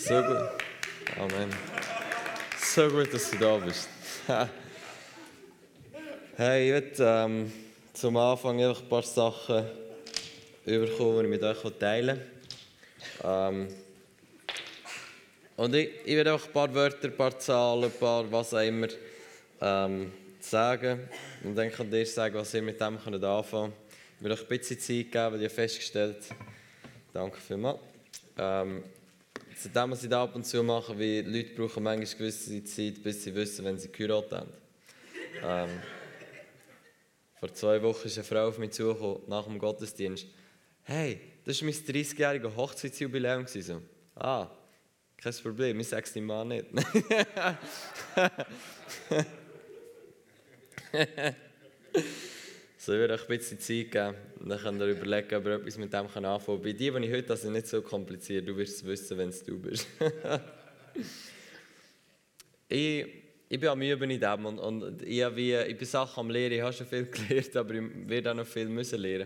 So gut. Amen. So gut, dass du da bist. Hey, ich möchte zum Anfang einfach ein paar Sachen überkommen, die ich mit euch teilen will. Und ich werde auch ein paar Wörter, ein paar Zahlen, ein paar was auch immer sagen. Und dann könnt ihr sagen, was ihr mit dem anfangen könnt. Ich will euch ein bisschen Zeit geben, weil ich festgestellt habe. Danke vielmals. Seitdem was ich da ab und zu mache, wie Leute brauchen manchmal eine gewisse Zeit, bis sie wissen, wenn sie geheiratet haben. Vor 2 Wochen ist eine Frau auf mich zugekommen, nach dem Gottesdienst. Hey, das war mein 30-jähriges Hochzeitsjubiläum. So. Ah, kein Problem, ich sage es deinem Mann nicht. So, ich werde euch ein bisschen Zeit geben und dann könnt ihr überlegen, ob ihr etwas mit dem anfangen kann. Bei dir, die ich heute habe, sind nicht so kompliziert. Du wirst es wissen, wenn es du bist. Ich bin am Üben in dem und ich bin Sachen am Lernen. Ich habe schon viel gelernt, aber ich werde auch noch viel müssen lernen.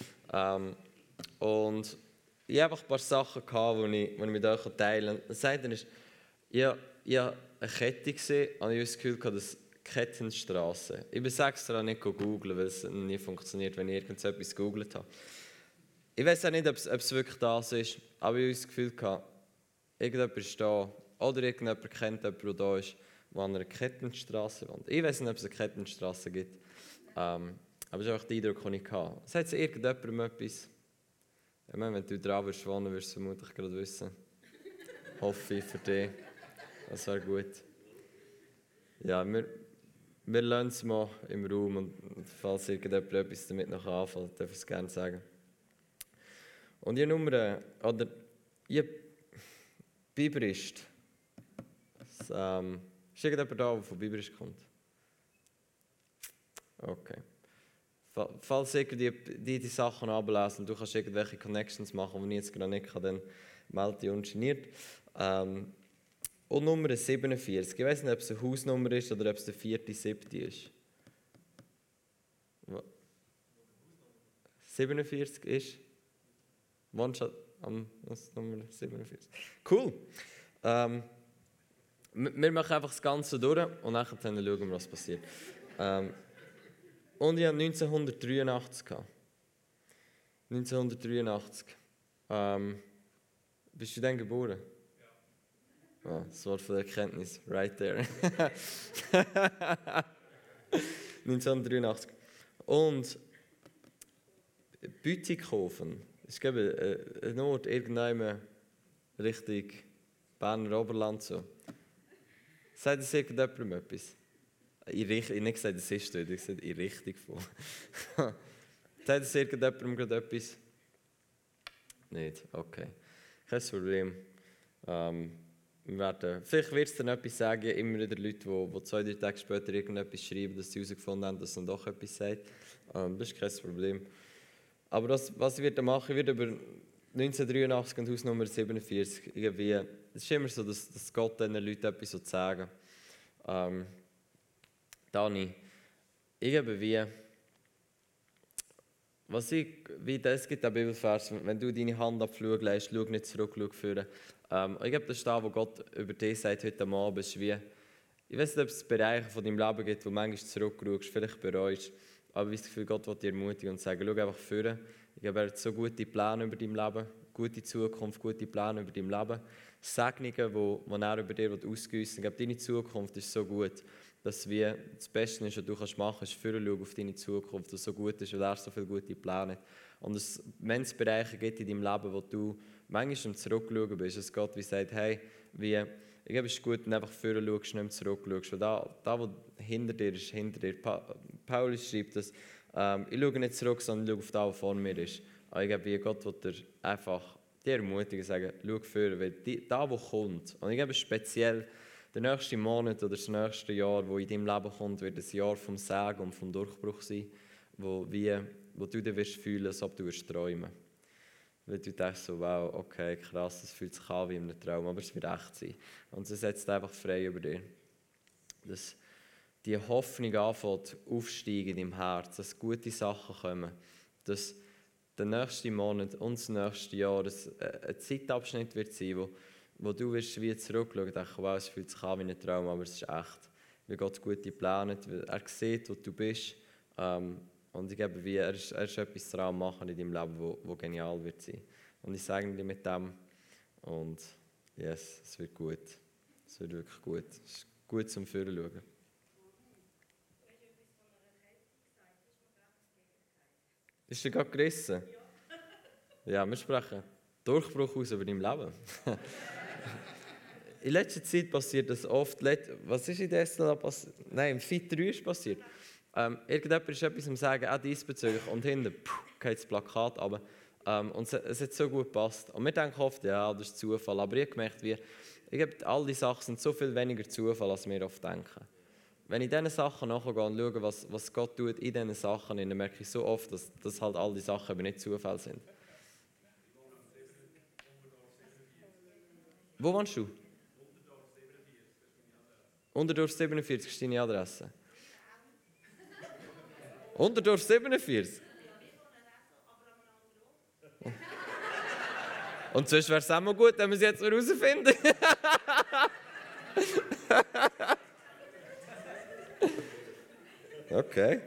Und ich habe einfach ein paar Sachen gehabt, die ich mit euch teilen kann. Das eine ist, ich habe eine Kette gesehen und ich habe das Gefühl gehabt, dass Kettenstraße. Ich bin extra nicht googeln, weil es nie funktioniert, wenn ich irgendetwas gegoogelt habe. Ich weiß auch nicht, ob es wirklich das ist, aber ich habe das Gefühl gehabt, irgendjemand ist da oder irgendjemand kennt jemanden, der da ist, der an einer Kettenstraße wohnt. Ich weiß nicht, ob es eine Kettenstraße gibt, aber das ist einfach der Eindruck, den ich hatte. Sagt irgendjemandem etwas? Ich meine, wenn du dran wirst wohnen, wirst du es vermutlich gerade wissen. Hoffe ich für dich. Das wäre gut. Ja, wir lassen es mal im Raum und falls irgendjemand etwas damit noch anfällt, darf ich es gerne sagen. Und ich habe Biberist. Ist irgendjemand da, der von Biberist kommt? Okay. Falls die Sachen ablesen und du kannst irgendwelche Connections machen, die ich jetzt gerade nicht kann, dann melde dich ungeniert. Und Nummer 47. Ich weiß nicht, ob es eine Hausnummer ist oder ob es der 4.7. ist. 47 ist? One-Shot am Nummer 47. Cool. Wir machen einfach das Ganze durch und dann schauen wir, was passiert. Und ich habe 1983 gehabt. 1983. Bist du dann geboren? Ja. Oh, das Wort von der Erkenntnis. Right there. 1983. Und Bütikofen. Ich glaube, ein Ort irgendwann Richtung Berner Oberland so. Sagt das irgendjemandem etwas? Ich habe nicht gesagt, es ist dort, ich habe gesagt, in Richtung von. Sagt das irgendjemandem gerade etwas? Nicht? Okay. Kein Problem. Vielleicht wird es dann etwas sagen, immer wieder Leute, die 2-3 Tage später irgendetwas schreiben, dass sie herausgefunden haben, dass es dann doch etwas sagt. Das ist kein Problem. Aber was ich werde machen, ich werde über 1983 und Hausnummer 47 irgendwie, es ist immer so, dass Gott diesen Leuten etwas so sagen. Dani, irgendwie, es gibt einen Bibelvers, wenn du deine Hand auf die Flur legst, schau nicht zurück, schau vorne. Ich glaube, das ist da, wo Gott über dich sagt heute Abend, ist wie, ich weiß nicht, ob es Bereiche von deinem Leben gibt, wo du manchmal zurückschaust, vielleicht bereust, aber ich habe das Gefühl, Gott will dich ermutigen und sagen, schau einfach vorne. Ich glaube, er hat so gute Pläne über dein Leben, gute Zukunft, gute Pläne über dein Leben. Segnungen, die er über dir ausgießen will. Ich glaube, deine Zukunft ist so gut, dass das Beste ist, was du machen kannst, ist vorne auf deine Zukunft, was so gut ist, weil er so viele gute Pläne hat. Und wenn es Bereiche gibt in deinem Leben, wo du manchmal am Zurückschauen bist, dass Gott wie sagt, hey, ich glaube, es ist gut, wenn du einfach vorne schaust und nicht zurückschaust. Weil da, wo hinter dir ist, hinter dir. Paulus schreibt das, ich schaue nicht zurück, sondern ich schaue auf das, was vor mir ist. Aber ich glaube, Gott will dir einfach ermutigen, sagen, schau vorne, weil da, wo kommt, und ich glaube, speziell der nächste Monat oder das nächste Jahr, das in deinem Leben kommt, wird ein Jahr vom Segen und vom Durchbruch sein, wo du dir fühlen wirst, als ob du träumen. Weil du denkst so, wow, okay, krass, das fühlt sich an wie in einem Traum, aber es wird echt sein. Und es setzt einfach frei über dir. Dass die Hoffnung anfängt aufsteigen in deinem Herz, dass gute Sachen kommen, dass der nächste Monat und das nächste Jahr ein Zeitabschnitt wird sein, wo du wirst wie zurückschauen und denken, wow, es fühlt sich an wie ein Traum, aber es ist echt. Wie Gott gute Pläne hat, er sieht, wo du bist. Und ich glaube, wie er ist etwas dran machen in deinem Leben, wo genial wird sein. Und ich sage dir mit dem, und yes, es wird gut. Es wird wirklich gut. Es ist gut zum Vorschauen. Ist dir gerade gerissen? Ja, wir sprechen Durchbruch aus über dein Leben. In letzter Zeit passiert das oft. Was ist in der SLA passiert? Nein, im Fit 3 ist passiert. Irgendjemand ist etwas am Sagen, auch diesbezüglich. Und hinten geht das Plakat runter. Und es hat so gut gepasst. Und wir denken oft, ja, das ist Zufall. Aber ich habe gemerkt, all die Sachen sind so viel weniger Zufall, als wir oft denken. Wenn ich diesen Sachen nachgehe und schaue, was Gott tut in diesen Sachen, dann merke ich so oft, dass halt all die Sachen aber nicht Zufall sind. Wo wohnst du? Unterdorf 47 ist deine Adresse. Unterdorf 47? Und sonst wäre es auch mal gut, wenn wir es jetzt herausfinden. Okay.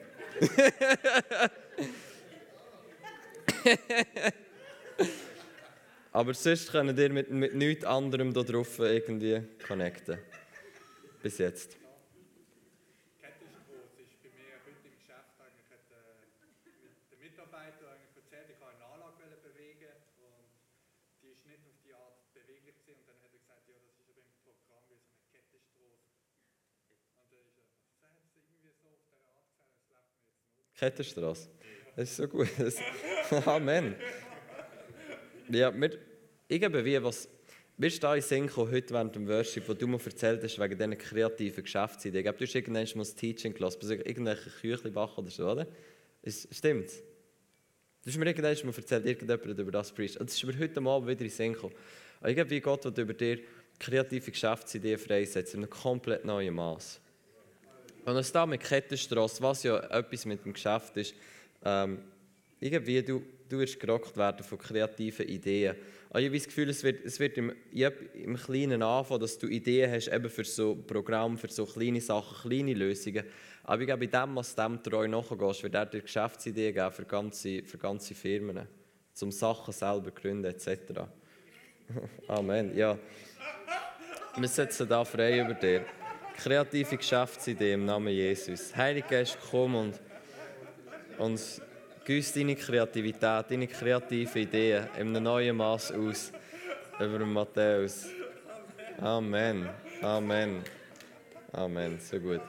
Aber sonst können wir mit nichts anderem da drauf irgendwie connecten. Bis jetzt. Kettenstraße ist bei mir heute im Geschäft eigentlich mit den Mitarbeitern erzählt, ich wollte eine Anlage bewegen und die ist nicht auf die Art beweglich gewesen. Und dann hat er gesagt, ja, das ist aber im Programm wie so eine Kettenstraße. Und dann ist er, das hat es irgendwie so auf der Art gesagt, das läuft mir jetzt noch. Kettenstraße. Das ist so gut. Amen. Ja, ich gebe wie was. Bist du da in Sinn gekommen, heute während dem Worship, wo du mir erzählt hast, wegen diesen kreativen Geschäftsideen? Ich glaube, du hast irgendwann mal ein Teaching gelassen, bei irgendwelchen Küchli backen oder so, oder? Stimmt's? Du hast mir irgendwann mal erzählt, irgendjemand über das preacht. Und das ist mir heute Abend wieder in den Sinn gekommen. Und ich glaube, wie Gott will über dir kreative Geschäftsideen freisetzen, in einem komplett neuen Maß. Und es da mit Kettenstrasse, was ja etwas mit dem Geschäft ist, irgendwie du wirst gerockt werden von kreativen Ideen. Ich habe das Gefühl, es wird im Kleinen anfangen, dass du Ideen hast eben für so Programme, für so kleine Sachen, kleine Lösungen. Aber ich glaube, in dem, was dem treu nachgehst, wird er dir Geschäftsideen geben für ganze Firmen, um Sachen selber zu gründen etc. Amen. Ja. Wir setzen da frei über dir. Kreative Geschäftsideen im Namen Jesus. Heilige Geist, komm und gieß deine Kreativität, deine kreativen Ideen in einem neuen Maß aus über Matthäus. Amen. Amen. Amen. So gut.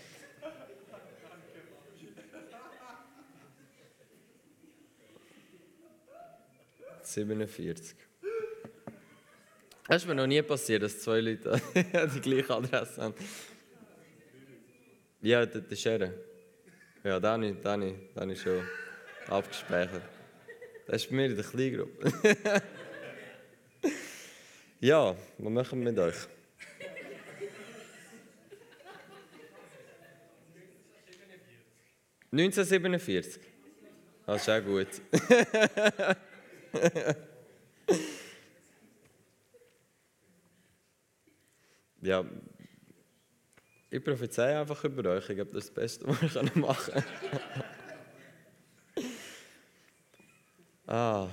...47. Es ist mir noch nie passiert, dass zwei Leute die gleiche Adresse haben. Ja, das ist er. Ja, Dani schon abgespeichert. Das ist bei mir in der Kleingruppe. Ja, was machen wir mit euch? 1947. Das ist auch gut. Ja, ich prophezeie einfach über euch. Ich glaube, das ist das Beste, was wir machen können.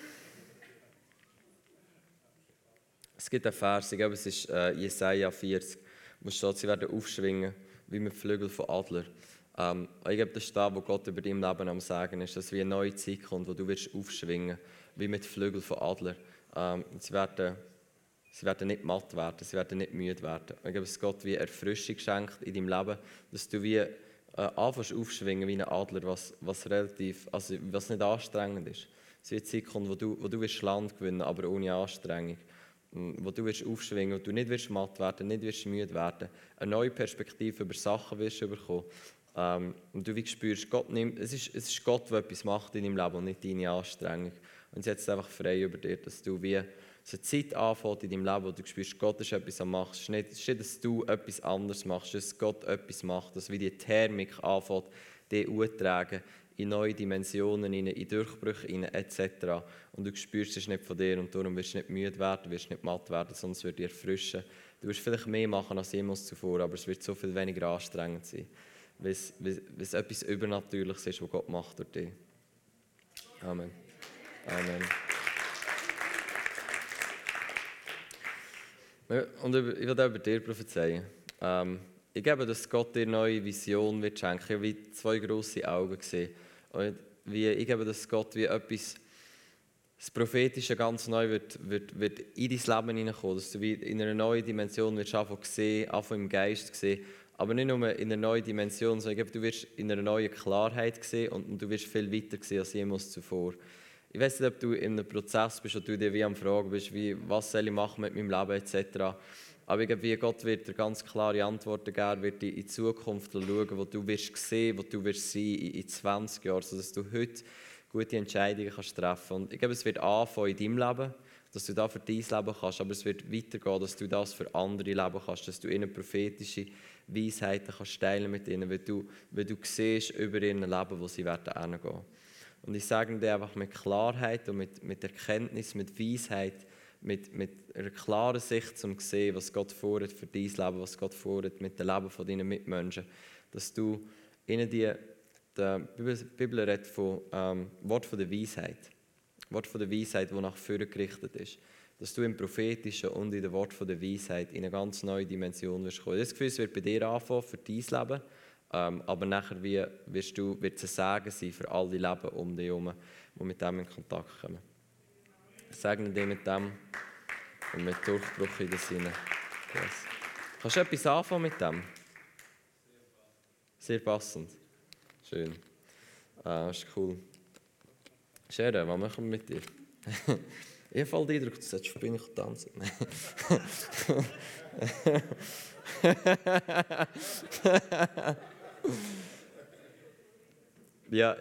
Es gibt einen Vers, ich glaube, es ist Jesaja 40, wo steht, sie werden aufschwingen wie mit Flügeln von Adler. Ich glaube, das ist das, was Gott über dein Leben am Sagen ist, dass wie eine neue Zeit kommt, wo du wirst aufschwingen wie mit Flügeln von Adler. Sie werden nicht matt werden, sie werden nicht müde werden. Ich glaube, dass Gott wie Erfrischung schenkt in deinem Leben, dass du wie anfängst aufschwingen wie ein Adler, was nicht anstrengend ist. Es wird Zeit kommen, wo du wirst Land gewinnen, aber ohne Anstrengung. Wo du wirst aufschwingen und du nicht wirst matt werden, nicht wirst müde werden, eine neue Perspektive über Sachen wirst bekommen. Und du wie spürst, es ist Gott, der etwas macht in deinem Leben und nicht deine Anstrengung. Und jetzt einfach frei über dir, dass du wie so eine Zeit anfängt in deinem Leben, wo du spürst, Gott ist etwas am Machen. Es ist nicht, dass du etwas anderes machst, dass Gott etwas macht, dass wie die Thermik anfängt, dich anzutragen in neue Dimensionen, in Durchbrüche etc. Und du spürst, es ist nicht von dir und darum wirst du nicht müde werden, wirst nicht matt werden, sondern es wird dich erfrischen. Du wirst vielleicht mehr machen als jemals zuvor, aber es wird so viel weniger anstrengend sein, weil es etwas Übernatürliches ist, was Gott macht durch dich. Amen. Amen. Und ich will auch über dir prophezeien. Ich glaube, dass Gott dir eine neue Vision wird schenken. Ich habe wie 2 grosse Augen gesehen. Und ich glaube, dass Gott wie etwas, das Prophetische ganz neu wird in dein Leben hineinkommen. Dass du wie in einer neuen Dimension wirst anfangen zu sehen, anfangen im Geist zu sehen. Aber nicht nur in einer neuen Dimension, sondern ich glaube, du wirst in einer neuen Klarheit sehen und du wirst viel weiter sehen als jemals zuvor. Ich weiß nicht, ob du in einem Prozess bist und du dir wie am Fragen bist, was soll ich machen mit meinem Leben etc. Aber ich glaube, wie Gott wird dir ganz klare Antworten geben, wird dir in die Zukunft schauen, wo du wirst sehen, wo du wirst sein in 20 Jahren, sodass du heute gute Entscheidungen kannst treffen. Und ich glaube, es wird anfangen in deinem Leben, dass du das für dein Leben kannst, aber es wird weitergehen, dass du das für andere leben kannst, dass du ihnen prophetische Weisheiten kannst teilen mit ihnen, weil du siehst über ihr Leben, wo sie werden hingehen. Und ich sage dir einfach mit Klarheit und mit Erkenntnis, mit Weisheit, mit einer klaren Sicht, um zu sehen, was Gott vorhat für dein Leben, was Gott vorhat mit dem Leben von deinen Mitmenschen, dass du ihnen die Bibel redet von Wort von der Weisheit. Wort von der Weisheit, das nach vorne gerichtet ist. Dass du im Prophetischen und in dem Wort von der Weisheit in eine ganz neue Dimension wirst kommen. Das Gefühl, es wird bei dir anfangen für dein Leben. Aber nachher wird es ein Segen sein für alle Leben um dich herum, die mit dem in Kontakt kommen. Ich segne dich mit dem und mit Durchbruch in den Sinne. Yes. Kannst du etwas anfangen mit dem? Sehr passend. Schön. Das ist cool. Sharon, was machen wir mit dir? Ich habe voll den Eindruck, du solltest für mich tanzen. Ja,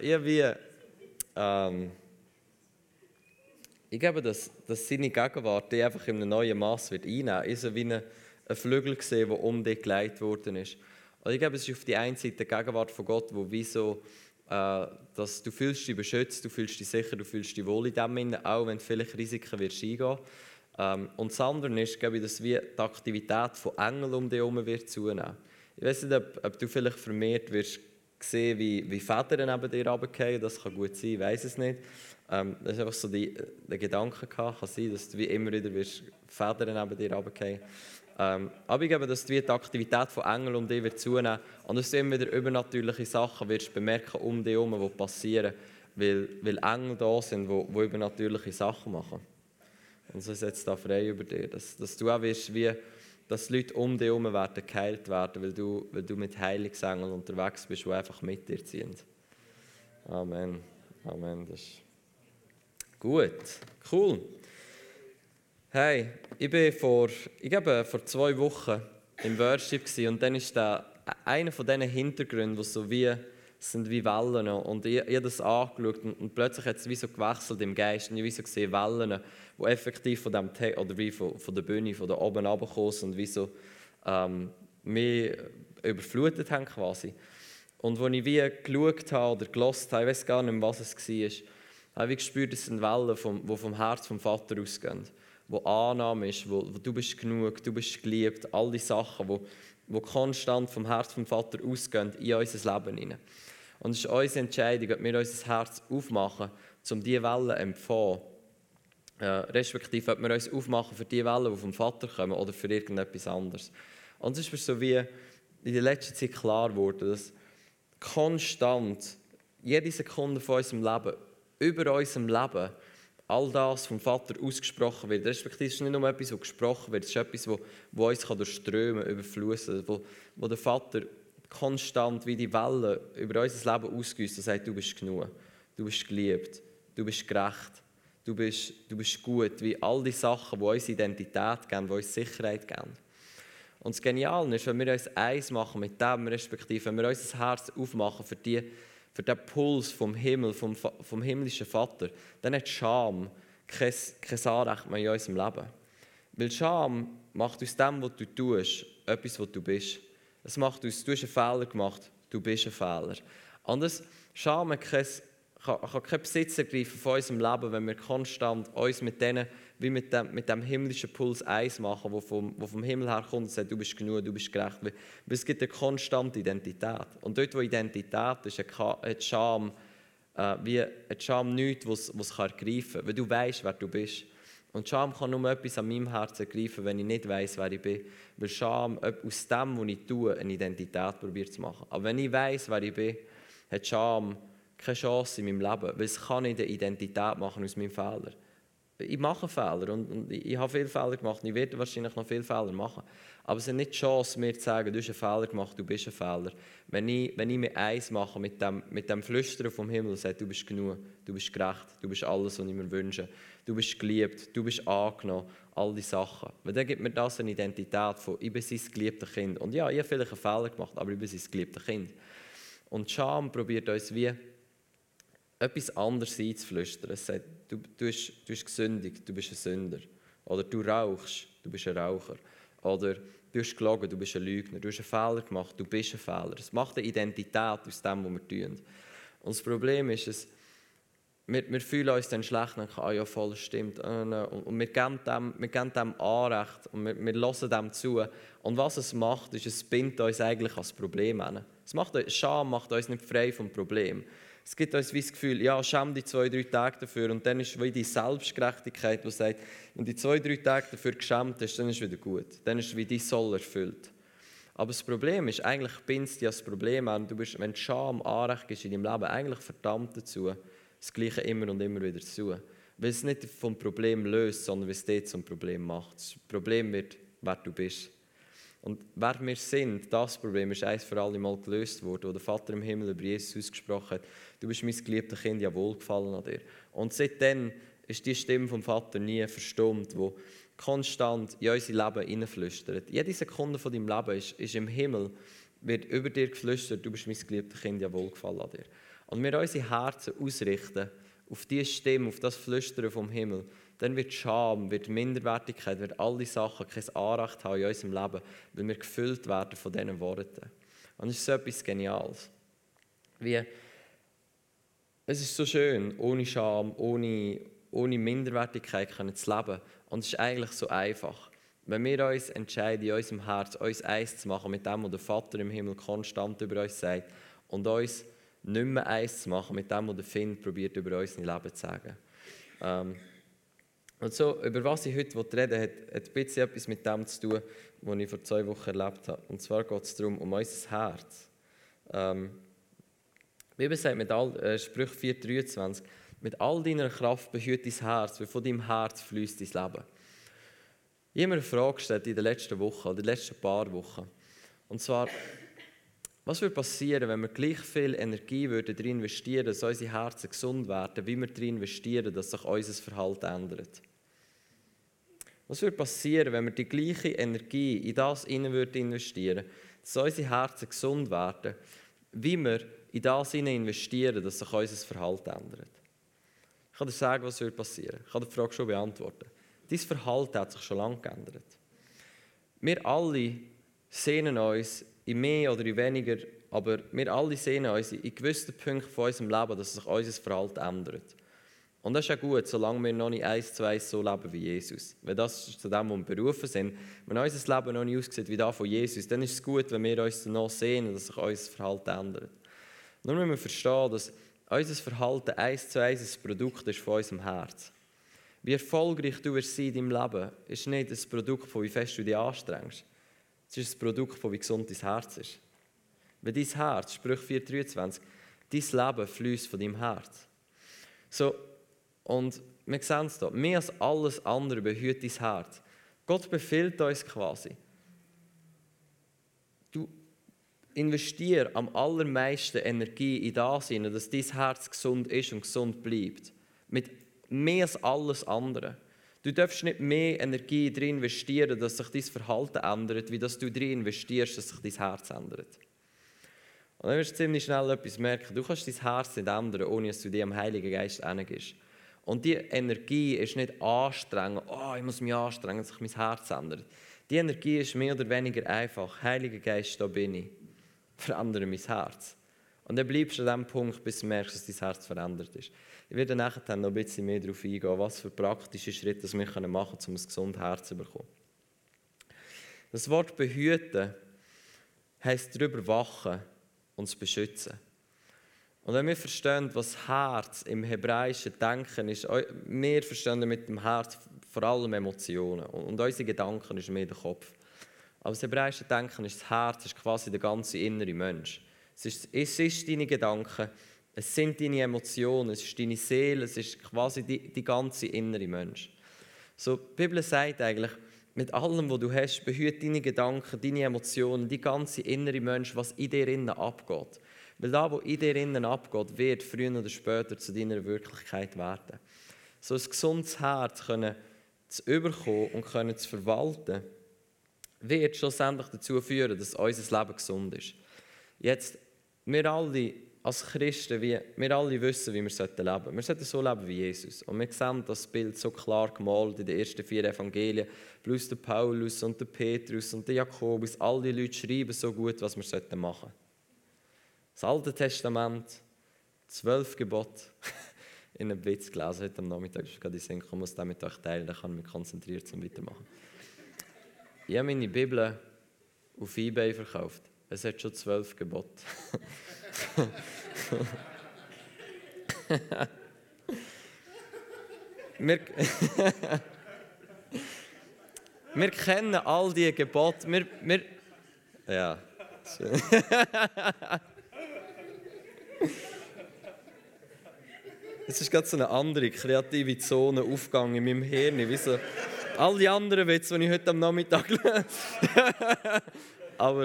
ich glaube, dass seine Gegenwart die einfach in einem neuen Maß wird einnehmen. Ich so wie ein Flügel gesehen, der um dich gelegt worden ist. Und ich glaube, es ist auf die einen Seite die Gegenwart von Gott, wo wie so, dass du fühlst dich beschützt, du fühlst dich sicher, du fühlst dich wohl in dem Sinne, auch wenn du vielleicht Risiken wirst eingehen. Und das andere ist, glaube ich, dass wie die Aktivität von Engeln um dich herum wird zunehmen. Ich weiß nicht, ob du vielleicht vermehrt wirst sehen, wie Federn neben dir runterfallen. Das kann gut sein, ich weiß es nicht. Das ist einfach so der Gedanke kann sein, dass du wie immer wieder wirst Federn neben dir runterfallen. Aber ich glaube, dass die Aktivität von Engeln um dich wird zunehmen und dass du immer wieder übernatürliche Sachen wirst bemerken um dich herum, die passieren, weil Engel da sind, die übernatürliche Sachen machen. Und so ist jetzt da frei über dir, dass du auch wirst, dass Leute um dich herum werden geheilt werden, weil du mit Heilungsengeln unterwegs bist, die einfach mit dir ziehen. Amen. Amen. Das ist gut. Cool. Hey, ich war vor 2 Wochen im Worship und dann ist da einer von diesen Hintergründen, die so sind wie Wellen. Und ich habe das angeschaut und plötzlich hat es wie so gewechselt im Geist. Und ich habe so gesehen Wellen, die effektiv von dem oder wie von der Bühne, von da oben runtergekommen sind und wie so mich überflutet haben quasi. Und als ich wie geschaut habe oder gehört habe, ich weiß gar nicht mehr, was es war, habe ich gespürt, es sind Wellen, die vom Herz vom Vater ausgehen. Wo Annahme ist, wo du bist genug, du bist geliebt, all die Sachen, die konstant vom Herz vom Vater ausgehen in unser Leben hinein. Und es ist unsere Entscheidung, ob wir unser Herz aufmachen, um diese Wellen zu empfangen, respektive ob wir uns aufmachen für die Wellen, die vom Vater kommen oder für irgendetwas anderes. Und es ist mir so wie in der letzten Zeit klar geworden, dass konstant, jede Sekunde von unserem Leben, über unserem Leben, all das vom Vater ausgesprochen wird. Respektive es ist nicht nur etwas, das gesprochen wird, es ist etwas, das uns durchströmen kann, überfließen, wo der Vater konstant wie die Wellen über unser Leben ausgießt und sagt, du bist genug, du bist geliebt, du bist gerecht, du bist gut, wie all die Sachen, die uns Identität geben, die uns Sicherheit geben. Und das Geniale ist, wenn wir uns eins machen mit dem, respektive wenn wir unser Herz aufmachen für den Puls vom Himmel, vom himmlischen Vater, dann hat Scham kein Anrecht mehr in unserem Leben. Weil Scham macht aus dem, was du tust, etwas, was du bist. Es macht aus, du hast einen Fehler gemacht, du bist ein Fehler. Und Scham kann keinen Besitz ergreifen von unserem Leben, wenn wir konstant uns mit dem himmlischen Puls eins machen, der vom Himmel her kommt und sagt, du bist genug, du bist gerecht. Weil es gibt eine konstante Identität. Und dort, wo Identität ist, hat Scham nichts, was es ergreifen kann, weil du weißt, wer du bist. Und Scham kann nur etwas an meinem Herzen ergreifen, wenn ich nicht weiss, wer ich bin. Weil Scham aus dem, was ich tue, eine Identität probiert zu machen. Aber wenn ich weiss, wer ich bin, hat Scham keine Chance in meinem Leben, weil es kann nicht eine Identität machen aus meinem Fehler. Ich mache Fehler und ich habe viele Fehler gemacht und ich werde wahrscheinlich noch viele Fehler machen. Aber es ist nicht die Chance, mir zu sagen, du hast einen Fehler gemacht, du bist ein Fehler. Wenn ich mir eins mache mit dem Flüstern vom Himmel und sage, du bist genug, du bist gerecht, du bist alles, was ich mir wünsche, du bist geliebt, du bist angenommen, all diese Sachen. Weil dann gibt mir das eine Identität von, ich bin sein geliebtes Kind. Und ja, ich habe vielleicht einen Fehler gemacht, aber ich bin sein geliebtes Kind. Und Scham probiert uns wie etwas anderes einzuflüstern. Es sagt, du hast gesündigt, du bist ein Sünder. Oder du rauchst, du bist ein Raucher. Oder du hast gelogen, du bist ein Lügner. Du hast einen Fehler gemacht, du bist ein Fehler. Es macht eine Identität aus dem, was wir tun. Und das Problem ist, wir fühlen uns dann schlecht und denken, ja voll, stimmt. Und wir geben dem Anrecht und wir hören dem zu. Und was es macht, ist, es bindet uns eigentlich als Problem an. Scham macht uns nicht frei vom Problem. Es gibt uns wie das Gefühl, ja, schäm dich 2-3 Tage dafür und dann ist wie die Selbstgerechtigkeit, die sagt, wenn du 2-3 Tage dafür geschämt hast, dann ist es wieder gut. Dann ist wie dein Soll erfüllt. Aber das Problem ist, eigentlich bindest du das Problem an. Du bist, wenn du Scham Anrecht gibst in deinem Leben, eigentlich verdammt dazu, das Gleiche immer und immer wieder zu tun. Weil es nicht vom Problem löst, sondern weil es dort zum Problem macht. Das Problem wird, wer du bist. Und wer wir sind, das Problem ist eins für alle Mal gelöst worden, wo der Vater im Himmel über Jesus ausgesprochen hat, du bist mein geliebtes Kind, ja wohlgefallen an dir. Und seitdem ist die Stimme vom Vater nie verstummt, die konstant in unser Leben hineinflüstert. Jede Sekunde von deinem Leben ist im Himmel, wird über dir geflüstert, du bist mein geliebtes Kind, ja wohlgefallen an dir. Und wir unsere Herzen ausrichten auf diese Stimme, auf das Flüstern vom Himmel, dann wird Scham, wird Minderwertigkeit, wird all diese Sachen kein Anrecht haben in unserem Leben, weil wir gefüllt werden von diesen Worten. Und es ist so etwas Geniales. Es ist so schön, ohne Scham, ohne Minderwertigkeit zu leben. Und es ist eigentlich so einfach. Wenn wir uns entscheiden, in unserem Herz uns eins zu machen mit dem, was der Vater im Himmel konstant über uns sagt, und uns nicht mehr eins zu machen mit dem, was der Feind probiert, über unser Leben zu sagen. Und so, über was ich heute reden will, hat ein bisschen etwas mit dem zu tun, was ich vor 2 Wochen erlebt habe. Und zwar geht es darum, um unser Herz. Die Bibel sagt Sprüche 4,23, mit all deiner Kraft behüte dein Herz, weil von deinem Herz fließt dein Leben. Ich habe mir eine Frage gestellt in den letzten Wochen, oder in den letzten paar Wochen. Und zwar, was würde passieren, wenn wir gleich viel Energie darin investieren, dass unsere Herzen gesund werden, wie wir darin investieren, dass sich unser Verhalten ändert? Was würde passieren, wenn wir die gleiche Energie in das investieren würden, dass unsere Herzen gesund werden, wie wir in das investieren, dass sich unser Verhalten ändert? Ich kann dir sagen, was würde passieren. Ich kann die Frage schon beantworten. Dein Verhalten hat sich schon lange geändert. Wir alle sehnen uns in mehr oder in weniger, aber wir alle sehnen uns in gewissen Punkten von unserem Leben, dass sich unser Verhalten ändert. Und das ist ja gut, solange wir noch nicht 1:1 so leben wie Jesus. Weil das ist zu dem, wo wir berufen sind. Wenn unser Leben noch nicht aussieht wie das von Jesus, dann ist es gut, wenn wir uns noch sehen, dass sich unser Verhalten ändert. Nur müssen wir verstehen, dass unser Verhalten 1:1 ein Produkt ist von unserem Herz. Wie erfolgreich du wirst sein in deinem Leben, ist nicht ein Produkt von wie fest du dich anstrengst. Es ist ein Produkt von wie gesund dein Herz ist. Weil dein Herz, Sprüche 4,23, dein Leben fließt von deinem Herz. So, und wir sehen es hier, mehr als alles andere behüt dein Herz. Gott befiehlt uns quasi, du investier am allermeisten Energie in das hinein, dass dein Herz gesund ist und gesund bleibt. Mit mehr als alles andere. Du darfst nicht mehr Energie darin investieren, dass sich dein Verhalten ändert, wie dass du darin investierst, dass sich dein Herz ändert. Und dann wirst du ziemlich schnell etwas merken. Du kannst dein Herz nicht ändern, ohne dass du dir am Heiligen Geist hingibst. Und die Energie ist nicht anstrengend, ich muss mich anstrengen, dass sich mein Herz ändert. Die Energie ist mehr oder weniger einfach. Heiliger Geist, da bin ich. Verändere mein Herz. Und dann bleibst du an dem Punkt, bis du merkst, dass dein Herz verändert ist. Ich werde nachher dann noch ein bisschen mehr darauf eingehen, was für praktische Schritte wir machen können, um ein gesundes Herz zu bekommen. Das Wort behüten heisst darüber wachen und zu beschützen. Und wenn wir verstehen, was Herz im hebräischen Denken ist, wir verstehen mit dem Herz vor allem Emotionen und unsere Gedanken ist mehr der Kopf. Aber das hebräische Denken ist das Herz, ist quasi der ganze innere Mensch. Es ist deine Gedanken, es sind deine Emotionen, es ist deine Seele, es ist quasi die ganze innere Mensch. So, die Bibel sagt eigentlich, mit allem, was du hast, behüte deine Gedanken, deine Emotionen, die ganze innere Mensch, was in dir innen abgeht. Weil das, was in dir innen abgeht, wird früher oder später zu deiner Wirklichkeit werden. So ein gesundes Herz zu überkommen und zu verwalten, wird schlussendlich dazu führen, dass unser Leben gesund ist. Jetzt, wir alle als Christen, wir alle wissen, wie wir leben sollten. Wir sollten so leben wie Jesus. Und wir sehen das Bild so klar gemalt in den ersten 4 Evangelien. Plus der Paulus und der Petrus und der Jakobus, all die Leute schreiben so gut, was wir machen sollten. Das Alte Testament, 12 Gebote. In einem Witz gelesen heute am Nachmittag. Ich gerade denken, ich muss das mit euch teilen, dann kann ich mich konzentrieren, um weiterzumachen. Ich habe meine Bibel auf eBay verkauft. Es hat schon 12 Gebote. Wir kennen all diese Gebote. Ja. Es ist gerade so eine andere kreative Zone aufgegangen in meinem Hirn. Wie so all die anderen Witze, die ich heute am Nachmittag aber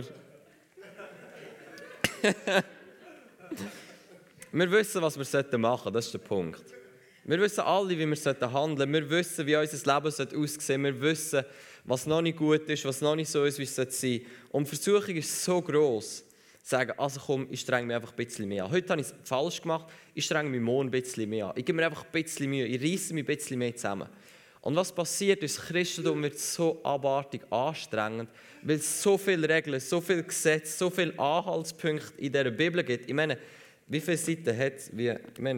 wir wissen, was wir machen sollten, das ist der Punkt. Wir wissen alle, wie wir handeln sollten. Wir wissen, wie unser Leben aussehen sollte. Wir wissen, was noch nicht gut ist, was noch nicht so ist, wie es sein sollte. Und die Versuchung ist so gross, zu sagen, also komm, ich strenge mich einfach ein bisschen mehr an. Heute habe ich es falsch gemacht, ich strenge mich morgen ein bisschen mehr an. Ich gebe mir einfach ein bisschen Mühe, ich reisse mich ein bisschen mehr zusammen. Und was passiert ist, das Christentum wird so abartig anstrengend, weil es so viele Regeln, so viele Gesetze, so viele Anhaltspunkte in dieser Bibel gibt. Ich meine, wie viele Seiten hat es? Ich meine,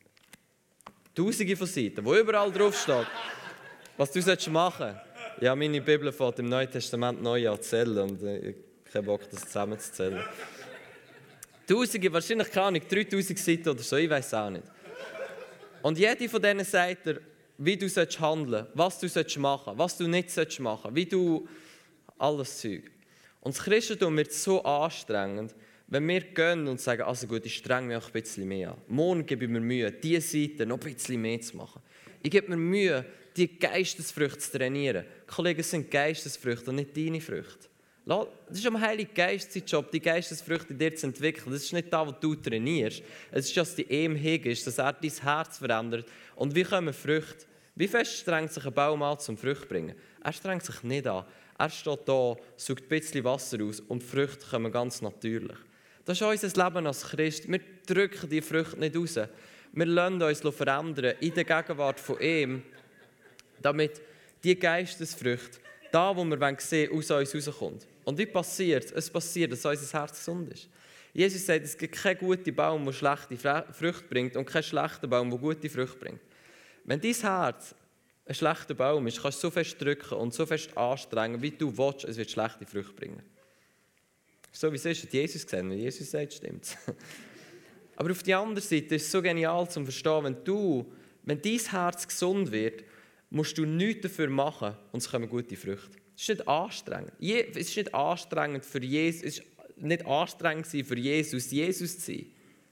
Tausende von Seiten, wo überall draufsteht, was du machen sollst. Ja, meine Bibel fängt im Neuen Testament neu an zu zählen und ich habe keinen Bock, das zusammenzuzählen. Tausende, wahrscheinlich keine Ahnung, 3000 Seiten oder so, ich weiß auch nicht. Und jede von denen sagt dir, wie du handeln sollst, was du machen sollst, was du nicht machen sollst, wie du alles Zeug. Und das Christentum wird so anstrengend, wenn wir gehen und sagen, also gut, ich strenge mich auch ein bisschen mehr an. Morgen gebe ich mir Mühe, diese Seite noch ein bisschen mehr zu machen. Ich gebe mir Mühe, die Geistesfrüchte zu trainieren. Kollegen, es sind Geistesfrüchte und nicht deine Früchte. Das ist am Heiligen Geist sein Job, die Geistesfrüchte in dir zu entwickeln. Das ist nicht das, was du trainierst. Es ist, dass du ihm hingehst, dass er dein Herz verändert. Und wie kommen Früchte? Wie fest strengt sich ein Baum an, zum Früchte zu bringen? Er strengt sich nicht an. Er steht da, saugt ein bisschen Wasser aus und die Früchte kommen ganz natürlich. Das ist unser Leben als Christ. Wir drücken die Früchte nicht raus. Wir lassen uns verändern in der Gegenwart von ihm, damit die Geistesfrüchte, da wo wir sehen, aus uns rauskommt. Und wie passiert es? Es passiert, dass unser Herz gesund ist. Jesus sagt, es gibt keinen guten Baum, der schlechte Früchte bringt und keinen schlechten Baum, der gute Früchte bringt. Wenn dein Herz ein schlechter Baum ist, kannst du so fest drücken und so fest anstrengen, wie du willst, es wird schlechte Früchte bringen. So wie es ist, hat Jesus gesehen, wenn Jesus sagt, stimmt. Aber auf der anderen Seite ist es so genial zu verstehen, wenn dein Herz gesund wird, musst du nichts dafür machen und es kommen gute Früchte. Es ist nicht anstrengend. Es ist nicht anstrengend für Jesus, es ist nicht anstrengend für Jesus zu sein.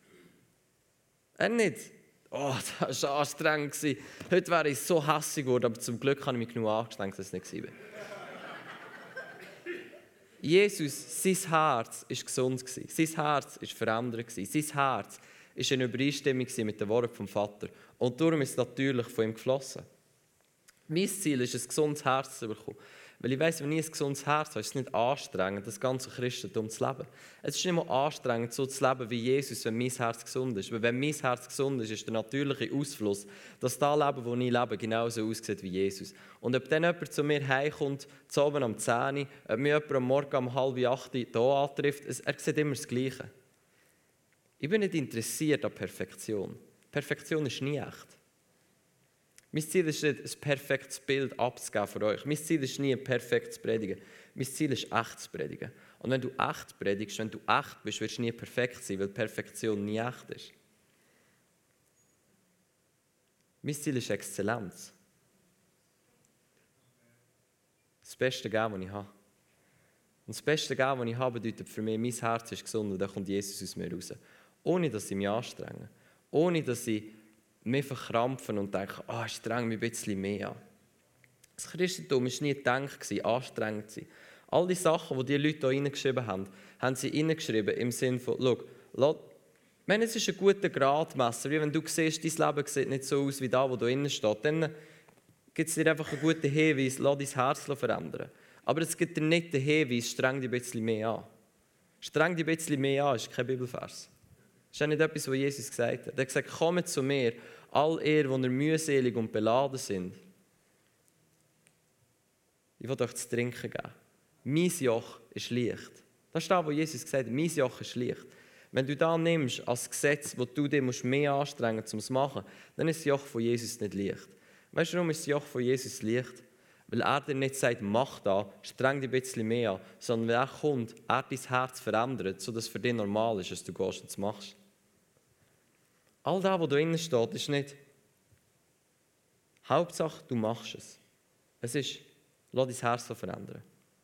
Nicht. Oh, das war anstrengend. Heute wäre ich so hässlich geworden, aber zum Glück habe ich mich genug angestrengt, dass es nicht war. Jesus, sein Herz war gesund. Sein Herz war verändert. Sein Herz war in Übereinstimmung mit den Worten vom Vater. Und darum ist es natürlich von ihm geflossen. Mein Ziel ist, ein gesundes Herz zu bekommen. Weil ich weiss, wenn ich ein gesundes Herz habe, ist es nicht anstrengend, das ganze Christentum zu leben. Es ist nicht mal anstrengend, so zu leben wie Jesus, wenn mein Herz gesund ist. Weil wenn mein Herz gesund ist, ist der natürliche Ausfluss, dass das Leben, das ich lebe, genauso aussieht wie Jesus. Und ob dann jemand zu mir heimkommt, zu oben am 10 Uhr, ob mir jemand am Morgen um 7:30 hier antrifft, er sieht immer das Gleiche. Ich bin nicht interessiert an Perfektion. Perfektion ist nie echt. Mein Ziel ist nicht, ein perfektes Bild abzugeben für euch. Mein Ziel ist nie, ein perfektes Predigen. Mein Ziel ist, echt zu predigen. Und wenn du echt predigst, wenn du echt bist, wirst du nie perfekt sein, weil Perfektion nie echt ist. Mein Ziel ist Exzellenz. Das Beste geben, was ich habe. Und das Beste geben, was ich habe, bedeutet für mich, mein Herz ist gesund und dann kommt Jesus aus mir raus. Ohne, dass ich mich anstrenge. Ohne, dass ich mich verkrampfe und denke, ich strenge mich ein bisschen mehr an. Das Christentum war nie gedacht, anstrengend zu sein. All die Sachen, die Leute hier reingeschrieben haben, haben sie reingeschrieben im Sinne von, schau, wenn es ist ein guter Gradmesser, wie wenn du siehst, dein Leben sieht nicht so aus wie da, wo du innen steht, dann gibt es dir einfach einen guten Hinweis, lass dein Herz verändern. Aber es gibt dir nicht den Hinweis, streng dich ein bisschen mehr an. Streng dich ein bisschen mehr an ist kein Bibelvers. Das ist auch nicht etwas, was Jesus gesagt hat. Er hat gesagt, kommt zu mir, all ihr, die ihr mühselig und beladen sind. Ich will euch zu trinken geben. Mein Joch ist leicht. Das ist das, was Jesus gesagt hat. Mein Joch ist leicht. Wenn du das nimmst als Gesetz, wo du dich mehr anstrengen musst, um es zu machen, dann ist das Joch von Jesus nicht leicht. Weißt du, warum ist das Joch von Jesus leicht? Weil er dir nicht sagt, mach das, streng dich ein bisschen mehr an, sondern wenn er kommt, er dein Herz verändert, sodass es für dich normal ist, dass du gehst und es machst. All das, was da drinnen steht, ist nicht Hauptsache, du machst es. Es ist, lass dein Herz verändern.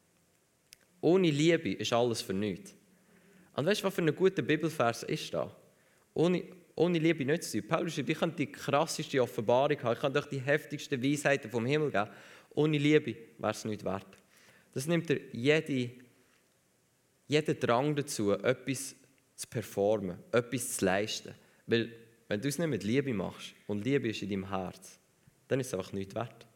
Ohne Liebe ist alles für nichts. Und weißt du, was für ein guter Bibelvers ist da? Ohne Liebe nicht zu sein. Paulus schreibt, ich kann die krasseste Offenbarung haben, ich kann euch die heftigsten Weisheiten vom Himmel geben. Ohne Liebe wäre es nicht wert. Das nimmt dir jeden Drang dazu, etwas zu performen, etwas zu leisten. Weil, wenn du es nicht mit Liebe machst und Liebe ist in deinem Herz, dann ist es einfach nichts wert.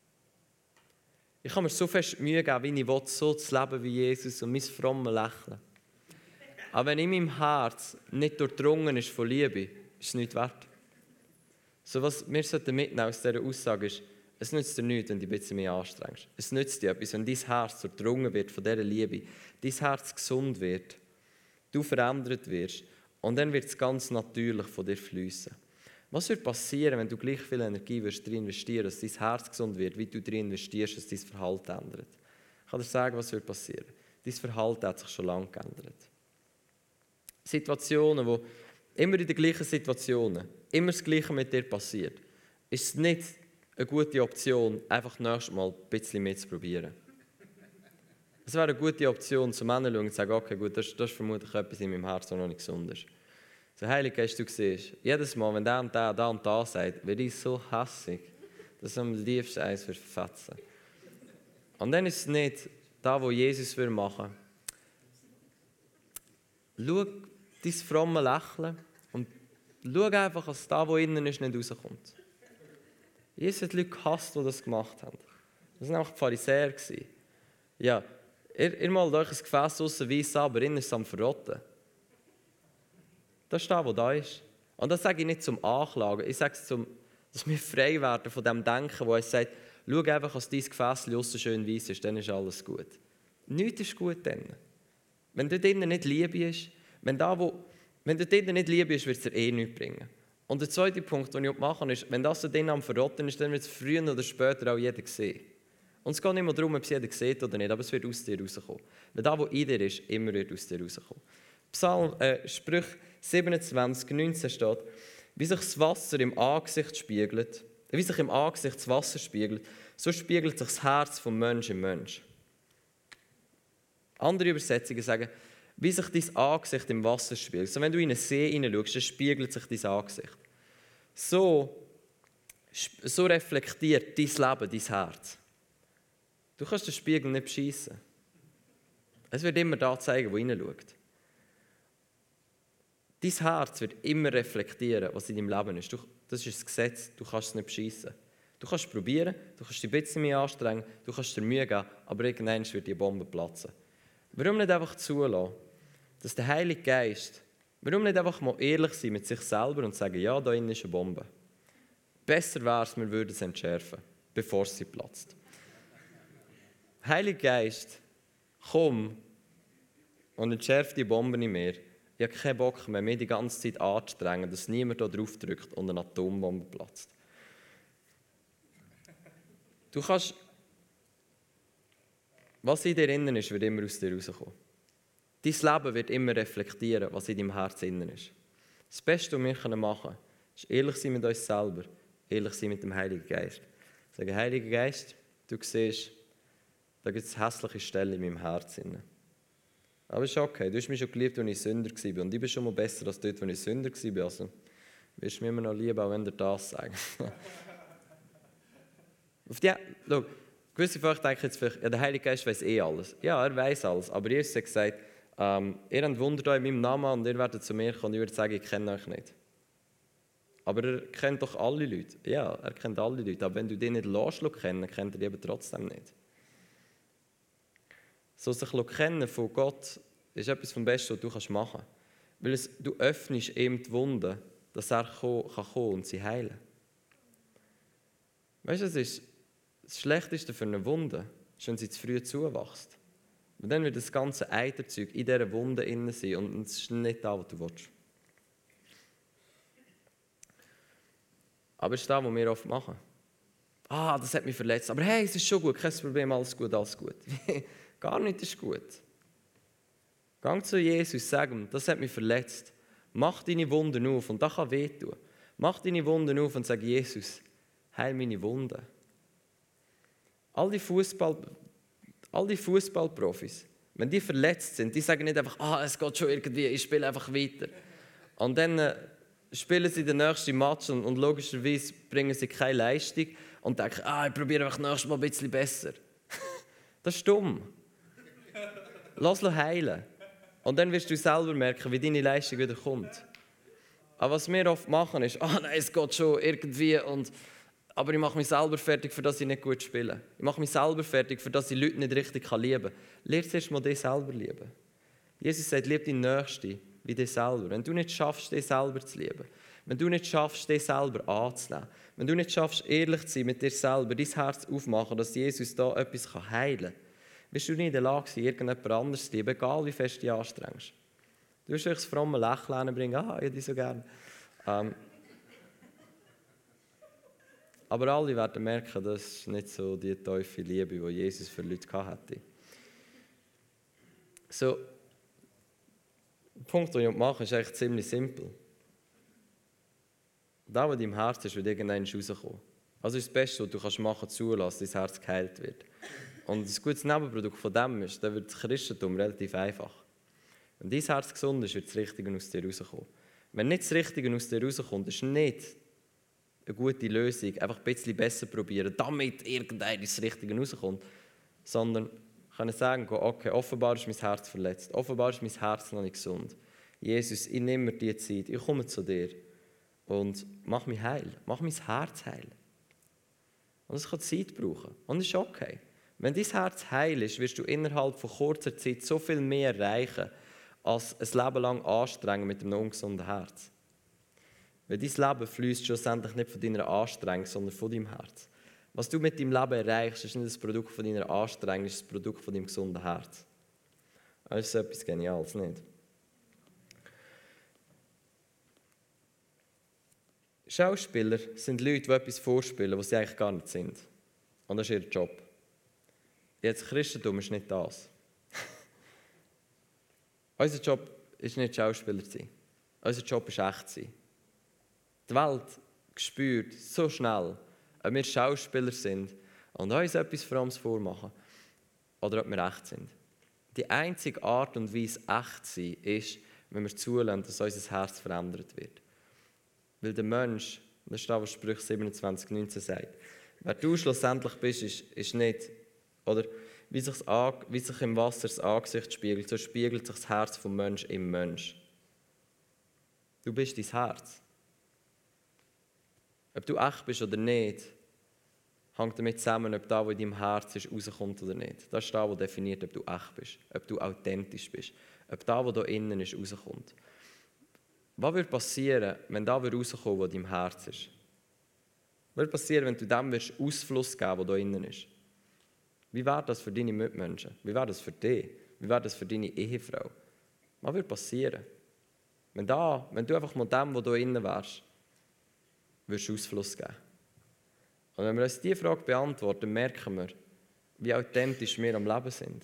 Ich kann mir so fest Mühe geben, wie ich will, so zu leben wie Jesus und mein frommes Lächeln. Aber wenn in meinem Herz nicht durchdrungen ist von Liebe, ist es nichts wert. So, was wir mitnehmen aus dieser Aussage ist, es nützt dir nichts, wenn du dich ein bisschen mehr anstrengst. Es nützt dir etwas, wenn dein Herz durchdrungen wird von dieser Liebe, dein Herz gesund wird, du verändert wirst und dann wird es ganz natürlich von dir fließen. Was wird passieren, wenn du gleich viel Energie drin investierst, dass dein Herz gesund wird, wie du drin investierst, dass dein Verhalten ändert? Ich kann dir sagen, was wird passieren. Dein Verhalten hat sich schon lange geändert. Situationen, wo immer in den gleichen Situationen, immer das Gleiche mit dir passiert, ist es nicht eine gute Option, einfach nächstes Mal ein bisschen mehr zu probieren. Es wäre eine gute Option, zu Männern schauen und zu sagen, okay, gut, das ist vermutlich etwas in meinem Herzen, das noch nicht gesund ist. So, Heilige Geist, du siehst, jedes Mal, wenn der und der, da und da sagt, werde ich so hässig, dass ich am liebsten eins verfetzen. Und dann ist es nicht das, was Jesus machen will. Schau dein fromme Lächeln und schau einfach, dass das, was innen ist, nicht rauskommt. Jesus hat Leute gehasst, die das gemacht haben. Das waren einfach die Pharisäer. Ja, ihr malt euch ein Gefäß aussen weiss an, aber innen ist es am Verrotten. Das ist das, was da ist. Und das sage ich nicht zum Anklagen, ich sage es, dass wir frei werden von dem Denken, wo uns sagt, schau einfach, dass dein Gefäß aussen schön weiss ist, dann ist alles gut. Nichts ist gut dann. Wenn dort drinnen nicht Liebe ist, wenn dort drinnen nicht Liebe ist, wird es dir eh nichts bringen. Und der zweite Punkt, den ich machen will, ist, wenn das so drinnen am Verrotten ist, dann wird es früher oder später auch jeder sehen. Und es geht nicht mehr darum, ob es jeder sieht oder nicht, aber es wird aus dir rauskommen. Weil das, was in dir ist, immer wird aus dir rauskommen. Sprüch 27, 19 steht, wie sich das Wasser im Angesicht spiegelt, wie sich im Angesicht das Wasser spiegelt, so spiegelt sich das Herz vom Menschen im Mensch. Andere Übersetzungen sagen, wie sich dein Angesicht im Wasser spiegelt. So, wenn du in einen See hineinschaust, dann spiegelt sich dein Angesicht. So reflektiert dein Leben, dein Herz. Du kannst den Spiegel nicht beschissen. Es wird immer da zeigen, wo hineinschaut. Dein Herz wird immer reflektieren, was in deinem Leben ist. Das ist das Gesetz, du kannst es nicht beschissen. Du kannst es probieren, du kannst dich ein bisschen mehr anstrengen, du kannst dir Mühe geben, aber irgendwann wird die Bombe platzen. Warum nicht einfach zulassen, dass der Heilige Geist, warum nicht einfach mal ehrlich sein mit sich selber und sagen, ja, da innen ist eine Bombe. Besser wäre es, wir würden es entschärfen, bevor sie platzt. Heiliger Geist, komm und entschärf die Bombe nicht mehr. Ich habe keinen Bock mehr, mich die ganze Zeit anzustrengen, dass niemand da drauf drückt und eine Atombombe platzt. Du kannst, was in dir innen ist, wird immer aus dir rauskommen. Dein Leben wird immer reflektieren, was in deinem Herz innen ist. Das Beste, was wir machen können, ist ehrlich sein mit uns selber, ehrlich sein mit dem Heiligen Geist. Sagen, Heiliger Geist, du siehst, da gibt es hässliche Stellen in meinem Herzen. Aber es ist okay, du hast mich schon geliebt, als ich Sünder war. Und ich bin schon mal besser als dort, als ich Sünder war. Also wirst du mich immer noch lieben, auch wenn du das sagst. Schau, gewisse von euch denken jetzt vielleicht, ja, der Heilige Geist weiss alles. Ja, er weiss alles. Aber Jesus hat gesagt, ihr habt Wunder in meinem Namen und ihr werdet zu mir kommen. Und ich würde sagen, ich kenne euch nicht. Aber er kennt doch alle Leute. Ja, er kennt alle Leute. Aber wenn du dich nicht kennen, kennt er dich eben trotzdem nicht. So sich kennen von Gott ist etwas vom Besten, was du machen kannst. Weil du öffnest ihm die Wunden, dass er kommen kann und sie heilen. Weißt du, das Schlechteste für eine Wunde ist, wenn sie zu früh zuwächst. Und dann wird das ganze Eiterzeug in dieser Wunde innen sein und es ist nicht das, was du willst. Aber es ist das, was wir oft machen. Das hat mich verletzt. Aber hey, es ist schon gut, kein Problem, alles gut, alles gut. Gar nichts ist gut. Geh zu Jesus, sag ihm, das hat mich verletzt. Mach deine Wunden auf und das kann wehtun. Mach deine Wunden auf und sag, Jesus, heil meine Wunden. All die Fußballprofis, wenn die verletzt sind, die sagen nicht einfach, es geht schon irgendwie, ich spiele einfach weiter. Und dann spielen sie den nächsten Match und logischerweise bringen sie keine Leistung und denken, ich probiere einfach nächstes Mal ein bisschen besser. Das ist dumm. Lass ihn heilen. Und dann wirst du selber merken, wie deine Leistung wieder kommt. Aber was wir oft machen ist, nein, es geht schon irgendwie, aber ich mache mich selber fertig, für das ich nicht gut spiele. Ich mache mich selber fertig, für das ich Leute nicht richtig lieben kann. Lern zuerst mal dich selber lieben. Jesus sagt, lieb deinen Nächsten wie dich selber. Wenn du nicht schaffst, dich selber zu lieben, wenn du nicht schaffst, dich selber anzunehmen, wenn du nicht schaffst, ehrlich zu sein mit dir selber, dein Herz aufmachen, dass Jesus da etwas heilen kann, wirst du nicht in der Lage sein, irgendjemand anderes zu lieben, egal wie fest du dich anstrengst. Du wirst euch das fromme Lächeln bringen, ich habe dich so gerne. Aber alle werden merken, das ist nicht so die tiefe Liebe, die Jesus für Leute hatte. So, der Punkt, den ich mache, ist eigentlich ziemlich simpel. Das, was in deinem Herz ist, wird irgendwann rauskommen. Also ist das Beste, was du machen kannst, zulassen, dass dein Herz geheilt wird. Und das gute Nebenprodukt von dem ist, dann wird das Christentum relativ einfach. Wenn dein Herz gesund ist, wird das Richtige aus dir rauskommen. Wenn nicht das Richtige aus dir rauskommt, ist nicht eine gute Lösung, einfach ein bisschen besser probieren, damit irgendein das Richtige rauskommt, sondern kann ich sagen, okay, offenbar ist mein Herz verletzt, offenbar ist mein Herz noch nicht gesund. Jesus, ich nehme mir die Zeit, ich komme zu dir und mach mich heil, mach mein Herz heil. Und es kann Zeit brauchen und es ist okay. Wenn dein Herz heil ist, wirst du innerhalb von kurzer Zeit so viel mehr erreichen, als ein Leben lang anstrengen mit einem ungesunden Herz. Weil dein Leben fließt schlussendlich nicht von deiner Anstrengung, sondern von deinem Herz. Was du mit deinem Leben erreichst, ist nicht das Produkt von deiner Anstrengung, es ist das Produkt von deinem gesunden Herz. Das ist etwas Geniales, nicht? Schauspieler sind Leute, die etwas vorspielen, was sie eigentlich gar nicht sind. Und das ist ihr Job. Jetzt Christentum ist nicht das. Unser Job ist nicht Schauspieler zu sein. Unser Job ist echt zu sein. Die Welt spürt so schnell, ob wir Schauspieler sind und uns etwas für uns vormachen oder ob wir echt sind. Die einzige Art und Weise, echt zu sein, ist, wenn wir zulassen, dass unser Herz verändert wird. Weil der Mensch, das ist das, was Sprüche 27,19 sagt, wer du schlussendlich bist, ist nicht, oder wie sich im Wasser das Angesicht spiegelt, so spiegelt sich das Herz vom Menschen im Mensch. Du bist dein Herz. Ob du echt bist oder nicht, hängt damit zusammen, ob das, was in deinem Herz ist, rauskommt oder nicht. Das ist das, was definiert, ob du echt bist, ob du authentisch bist, ob das, was da innen ist, rauskommt. Was würde passieren, wenn das rauskommt, was in deinem Herz ist? Was würde passieren, wenn du dem Ausfluss geben, was da innen ist? Wie wäre das für deine Mitmenschen? Wie wäre das für dich? Wie wäre das für deine Ehefrau? Was würde passieren? Wenn du einfach mal dem, wo du innen wärst, würdest du Ausfluss geben. Und wenn wir uns diese Frage beantworten, merken wir, wie authentisch wir am Leben sind.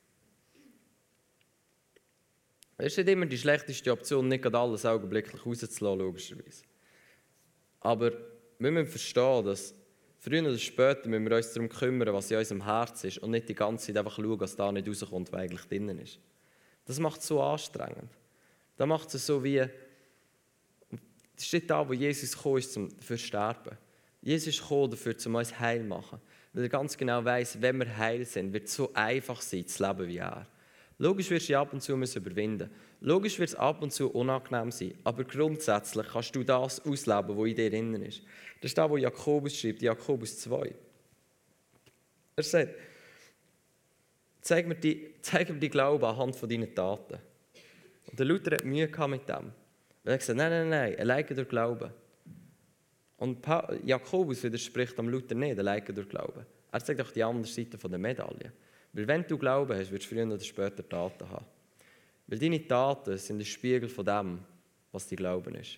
Es ist nicht immer die schlechteste Option, nicht gerade alles augenblicklich rauszulassen, logischerweise. Aber wir müssen verstehen, dass früher oder später müssen wir uns darum kümmern, was in unserem Herz ist und nicht die ganze Zeit einfach schauen, dass da nicht rauskommt, was eigentlich drinnen ist. Das macht es so anstrengend. Das macht es so wie, das ist nicht da, wo Jesus gekommen ist, für sterben. Jesus ist gekommen dafür, um uns heil zu machen. Weil er ganz genau weiss, wenn wir heil sind, wird es so einfach sein, zu leben wie er. Logisch wirst du ab und zu überwinden. Logisch wird es ab und zu unangenehm sein. Aber grundsätzlich kannst du das ausleben, was in dir drinnen ist. Das ist das, was Jakobus schreibt, Jakobus 2. Er sagt, zeig mir die Glauben anhand von deinen Taten. Und der Luther hat Mühe gehabt mit dem. Weil er gesagt hat, nein, alleine durch Glauben. Und Jakobus widerspricht am Luther nicht, alleine durch Glauben. Er sagt auch die andere Seite der Medaille. Weil wenn du Glauben hast, wirst du früher oder später Taten haben. Weil deine Taten sind ein Spiegel von dem, was dein Glauben ist.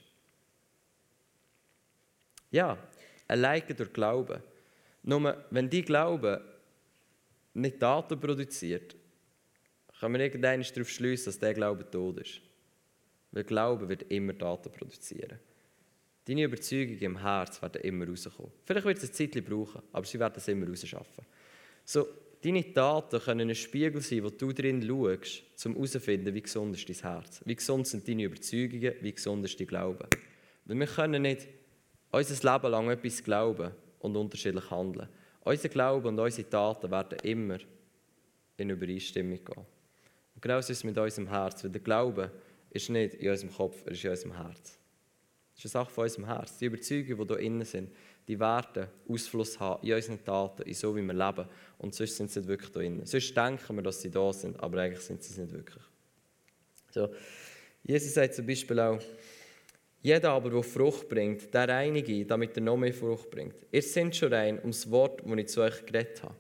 Ja, alleine durch Glauben. Nur wenn dein Glauben nicht Taten produziert, kann man irgendwann darauf schliessen, dass der Glaube tot ist. Weil Glauben wird immer Taten produzieren. Deine Überzeugungen im Herz werden immer rauskommen. Vielleicht wird es eine Zeit brauchen, aber sie werden es immer rausschaffen. So, deine Taten können ein Spiegel sein, wo du drin schaust, um herauszufinden, wie gesund ist dein Herz. Wie gesund sind deine Überzeugungen, wie gesund ist dein Glaube. Weil wir können nicht unser Leben lang etwas glauben und unterschiedlich handeln. Unser Glaube und unsere Taten werden immer in Übereinstimmung gehen. Und genau so ist es mit unserem Herz, weil der Glaube ist nicht in unserem Kopf, er ist in unserem Herz. Das ist eine Sache von unserem Herz. Die Überzeugungen, die hier innen sind, die werden Ausfluss haben in unseren Taten, in so wie wir leben. Und sonst sind sie nicht wirklich hier innen. Sonst denken wir, dass sie da sind, aber eigentlich sind sie es nicht wirklich. So. Jesus sagt zum Beispiel auch, jeder aber, der Frucht bringt, der reinige, damit er noch mehr Frucht bringt. Ihr seid schon rein ums Wort, das ich zu euch geredet habe.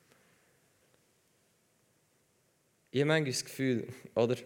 Ich habe manchmal das Gefühl, oder?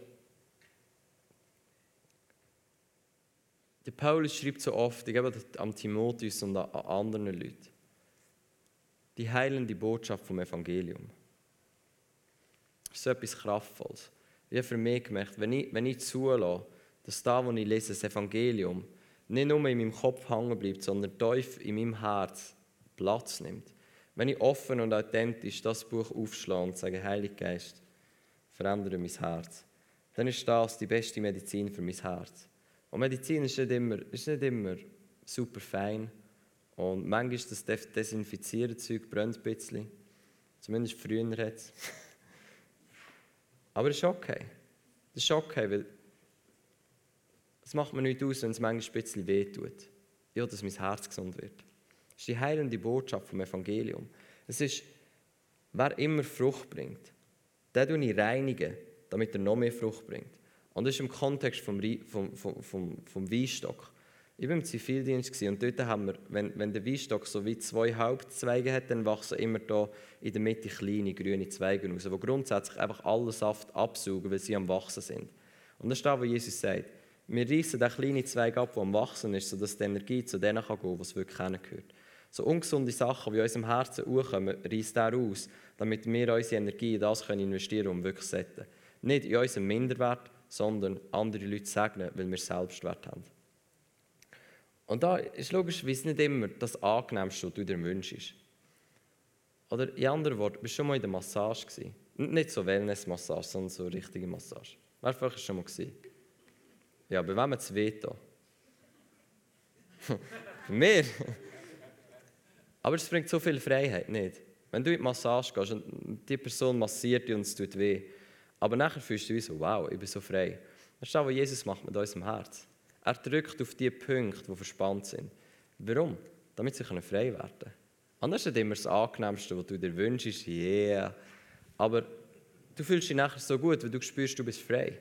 Der Paulus schreibt so oft, ich gebe das an Timotheus und an anderen Leuten, die heilende Botschaft vom Evangelium. Das ist so etwas Kraftvolles. Ich habe für mich gemerkt, wenn ich zulasse, dass das, was ich lese, das Evangelium, nicht nur in meinem Kopf hängen bleibt, sondern tief in meinem Herz Platz nimmt. Wenn ich offen und authentisch das Buch aufschlage und sage, Heiliger Geist, verändere mein Herz, dann ist das die beste Medizin für mein Herz. Und Medizin ist nicht immer super fein. Und manchmal ist das desinfizierte Zeug brennt ein bisschen. Zumindest früher hat es. Aber das ist okay. Das ist okay, weil es macht mir nichts aus, wenn es manchmal ein bisschen wehtut. Ja, dass mein Herz gesund wird. Das ist die heilende Botschaft vom Evangelium. Es ist, wer immer Frucht bringt, den reinigen, damit er noch mehr Frucht bringt. Und das ist im Kontext vom Weinstock. Ich war im Zivildienst und dort haben wir, wenn der Weinstock so wie 2 Hauptzweige hat, dann wachsen immer da in der Mitte kleine grüne Zweige raus, die grundsätzlich einfach allen Saft absaugen, weil sie am Wachsen sind. Und das ist das, was Jesus sagt. Wir reissen den kleinen Zweig ab, der am Wachsen ist, sodass die Energie zu denen gehen kann, was wirklich hingehört. So ungesunde Sachen, die in unserem Herzen hochkommen, reißt er aus, damit wir unsere Energie in das investieren können, um wirklich zu retten. Nicht in unserem Minderwert, sondern andere Leute segnen, weil wir Selbstwert haben. Und da ist logischerweise nicht immer das Angenehmste, was du dir wünschst. Oder in anderen Worten, bist du schon mal in der Massage gewesen? Nicht so Wellness-Massage, sondern so richtige Massage. Wer von euch schon mal gewesen? Ja, bei wem hat es weh da? Bei mir? Aber es bringt so viel Freiheit nicht. Wenn du in die Massage gehst und die Person massiert dich und es tut weh, aber nachher fühlst du dich so, wow, ich bin so frei. Das ist das, was Jesus macht mit unserem Herz. Er drückt auf die Punkte, die verspannt sind. Warum? Damit sie frei werden können. Und das ist nicht immer das Angenehmste, was du dir wünschst. Yeah. Aber du fühlst dich nachher so gut, weil du spürst, du bist frei.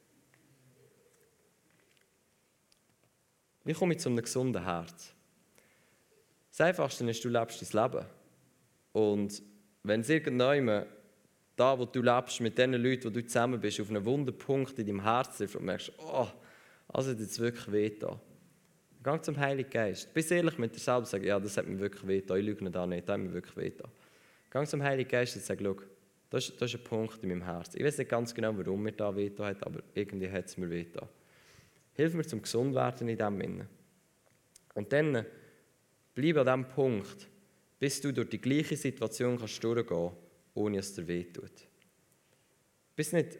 Wie komme ich zu einem gesunden Herz? Das Einfachste ist, du lebst dein Leben. Und wenn es irgendjemand da, wo du lebst, mit den Leuten, wo du zusammen bist, auf einen wunden Punkt in deinem Herz trifft und merkst, oh, Also hat jetzt wirklich wehgetan. Geh zum Heiligen Geist. Bist ehrlich mit dir selber und sag, ja, das hat mir wirklich wehgetan. Ich lüge da nicht, das hat mir wirklich wehgetan. Geh zum Heiligen Geist und sag, schau, das ist ein Punkt in meinem Herzen. Ich weiß nicht ganz genau, warum mir da wehgetan hat, aber irgendwie hat es mir wehgetan. Hilf mir zum Gesundwerden in diesem Sinne. Und dann bleib an diesem Punkt, bis du durch die gleiche Situation kannst durchgehen, ohne dass es dir wehtut. Bist nicht...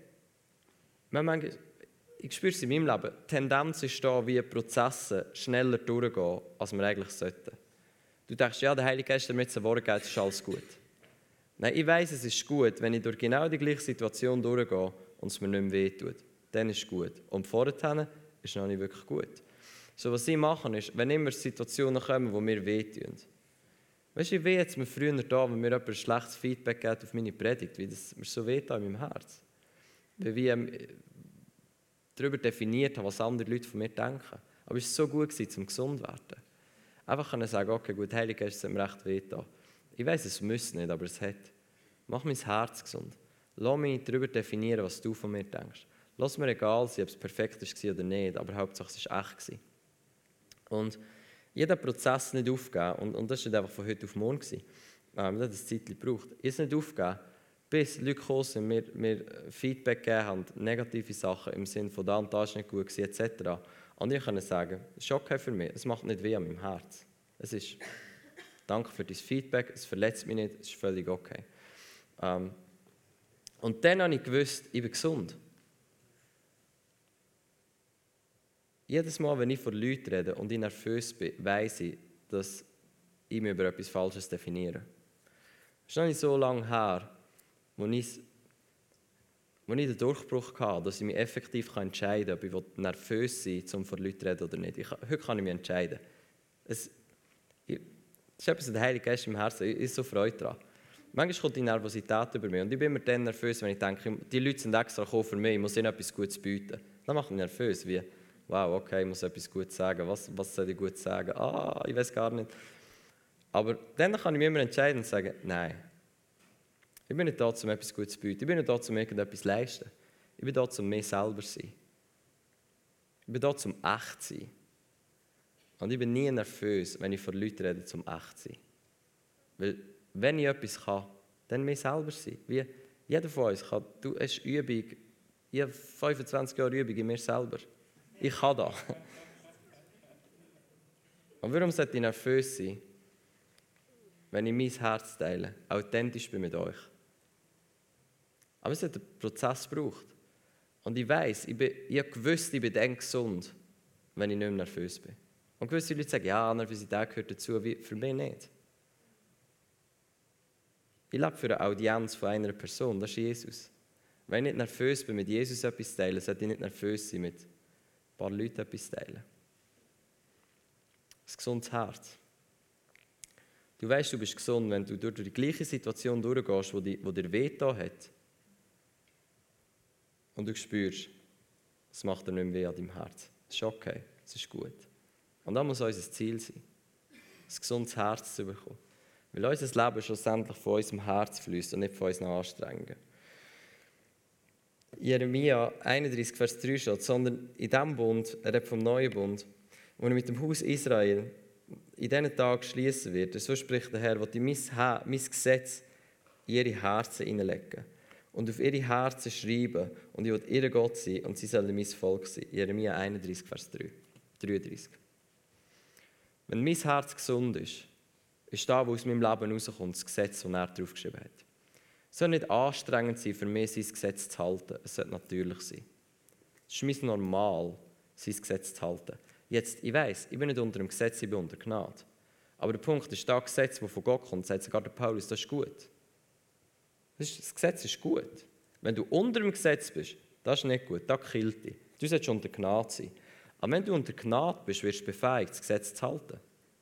Ich spüre es in meinem Leben, die Tendenz ist da, wie Prozesse schneller durchgehen, als wir eigentlich sollten. Du denkst, ja, der Heilige Geist hat mir jetzt ein Wort gegeben, es ist alles gut. Nein, ich weiss, es ist gut, wenn ich durch genau die gleiche Situation durchgehe und es mir nicht mehr wehtut. Dann ist es gut. Und vorher ist es noch nicht wirklich gut. So, was ich mache, ist, wenn immer Situationen kommen, die mir wehtun. Weißt du, wie weh jetzt mir früher da, wenn mir jemand ein schlechtes Feedback gibt auf meine Predigt, wie das mir so weht in meinem Herz. Wie ich darüber definiert habe, was andere Leute von mir denken. Aber es war so gut, zum gesund zu werden. Einfach können sagen, okay, gut, Heilige Geist, es hat mir recht wehgetan. Ich weiss, es muss nicht, aber es hat. Mach mein Herz gesund. Lass mich darüber definieren, was du von mir denkst. Lass mir egal sein, ob es perfekt war oder nicht, aber Hauptsache es war echt. Und jeden Prozess nicht aufgeben, und das war nicht einfach von heute auf morgen, das hat eine Zeit gebraucht, ist nicht aufgeben, bis Leute gekommen sind, mir Feedback gegeben haben, negative Sachen im Sinne von da und da ist nicht gut gewesen, etc. Und ich kann sagen, es ist okay für mich, es macht nicht weh an meinem Herz. Es ist, danke für dein Feedback, es verletzt mich nicht, es ist völlig okay. Und dann habe ich gewusst, ich bin gesund. Jedes Mal, wenn ich vor Leuten rede und ich nervös bin, weiss ich, dass ich mich über etwas Falsches definiere. Es ist noch nicht so lange her, wo ich den Durchbruch hatte, dass ich mich effektiv entscheiden kann, ob ich nervös sein will, um vor Leuten zu reden oder nicht. Heute kann ich mich entscheiden. Das ist etwas, der Heilige Geist im Herzen, ich habe so Freude daran. Manchmal kommt die Nervosität über mich und ich bin immer dann nervös, wenn ich denke, die Leute sind extra gekommen für mich, ich muss ihnen etwas Gutes bieten. Dann macht mich nervös, wie, wow, okay, ich muss etwas Gutes sagen, was soll ich gut sagen? Ich weiß gar nicht. Aber dann kann ich mich immer entscheiden und sagen, nein, ich bin nicht da, um etwas Gutes zu bieten, ich bin nicht da, um irgendetwas zu leisten. Ich bin da, um mich selber zu sein. Ich bin da, um echt zu sein. Und ich bin nie nervös, wenn ich vor Leuten rede, um echt zu sein. Weil, wenn ich etwas kann, dann mich selber sein. Wie jeder von uns kann. Du hast Übung. Ich habe 25 Jahre Übung in mir selber. Ich kann das. Und warum sollte ich nervös sein, wenn ich mein Herz teile, authentisch bin mit euch? Aber es hat einen Prozess gebraucht. Und ich weiss, ich habe gewusst, ich bin dann gesund, wenn ich nicht mehr nervös bin. Und gewisse Leute sagen, ja, Nervosität gehört dazu, für mich nicht. Ich lebe für eine Audienz von einer Person, das ist Jesus. Wenn ich nicht nervös bin, mit Jesus etwas zu teilen, sollte ich nicht nervös sein, mit ein paar Leuten etwas zu teilen. Ein gesundes Herz. Du weißt, du bist gesund, wenn du durch die gleiche Situation durchgehst, die dir wehgetan hat. Und du spürst, es macht dir nicht mehr weh an deinem Herz. Es ist okay, es ist gut. Und das muss unser Ziel sein, ein gesundes Herz zu bekommen. Weil unser Leben schlussendlich von unserem Herz fließt und nicht von unseren Anstrengungen. Jeremia 31, Vers 3 steht, sondern in diesem Bund, er redet vom neuen Bund, wo er mit dem Haus Israel in diesen Tagen schließen wird. So spricht der Herr, will ich mein Gesetz in ihre Herzen hineinlegen und auf ihre Herzen schreiben und ich will ihr Gott sein und sie sollen mein Volk sein. Jeremia 31, Vers 33. Wenn mein Herz gesund ist das, was aus meinem Leben rauskommt, das Gesetz, das er draufgeschrieben hat. Es soll nicht anstrengend sein, für mich sein Gesetz zu halten. Es sollte natürlich sein. Es ist mein Normal, sein Gesetz zu halten. Jetzt, ich weiss, ich bin nicht unter dem Gesetz, ich bin unter Gnade. Aber der Punkt ist, das Gesetz, das von Gott kommt, sagt sogar der Paulus, das ist gut. Das Gesetz ist gut. Wenn du unter dem Gesetz bist, das ist nicht gut, das killt dich. Du solltest unter Gnade sein. Aber wenn du unter Gnade bist, wirst du befähigt, das Gesetz zu halten.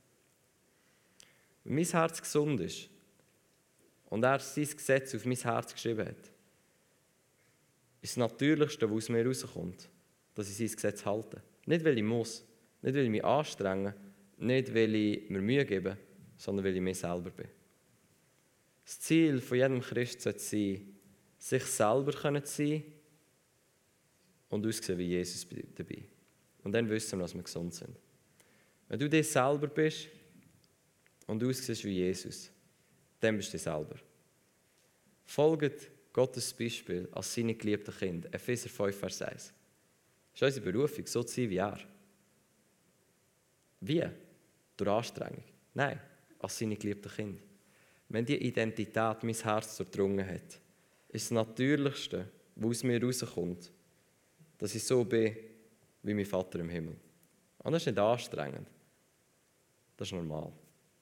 Wenn mein Herz gesund ist und er sein Gesetz auf mein Herz geschrieben hat, ist das Natürlichste, was aus mir rauskommt, dass ich sein Gesetz halte. Nicht, weil ich muss, nicht, weil ich mich anstrenge, nicht, weil ich mir Mühe gebe, sondern weil ich mir selber bin. Das Ziel von jedem Christ sollte sein, sich selber zu sein und aussehen wie Jesus dabei. Und dann wissen wir, dass wir gesund sind. Wenn du dir selber bist und aussiehst wie Jesus, dann bist du dir selber. Folgt Gottes Beispiel als seine geliebten Kinder. Epheser 5, Vers 1. Das ist unsere Berufung, so zu sein wie er. Wie? Durch Anstrengung? Nein, als seine geliebten Kinder. Wenn diese Identität mein Herz durchdrungen hat, ist das Natürlichste, was aus mir rauskommt, dass ich so bin wie mein Vater im Himmel. Und das ist nicht anstrengend. Das ist normal.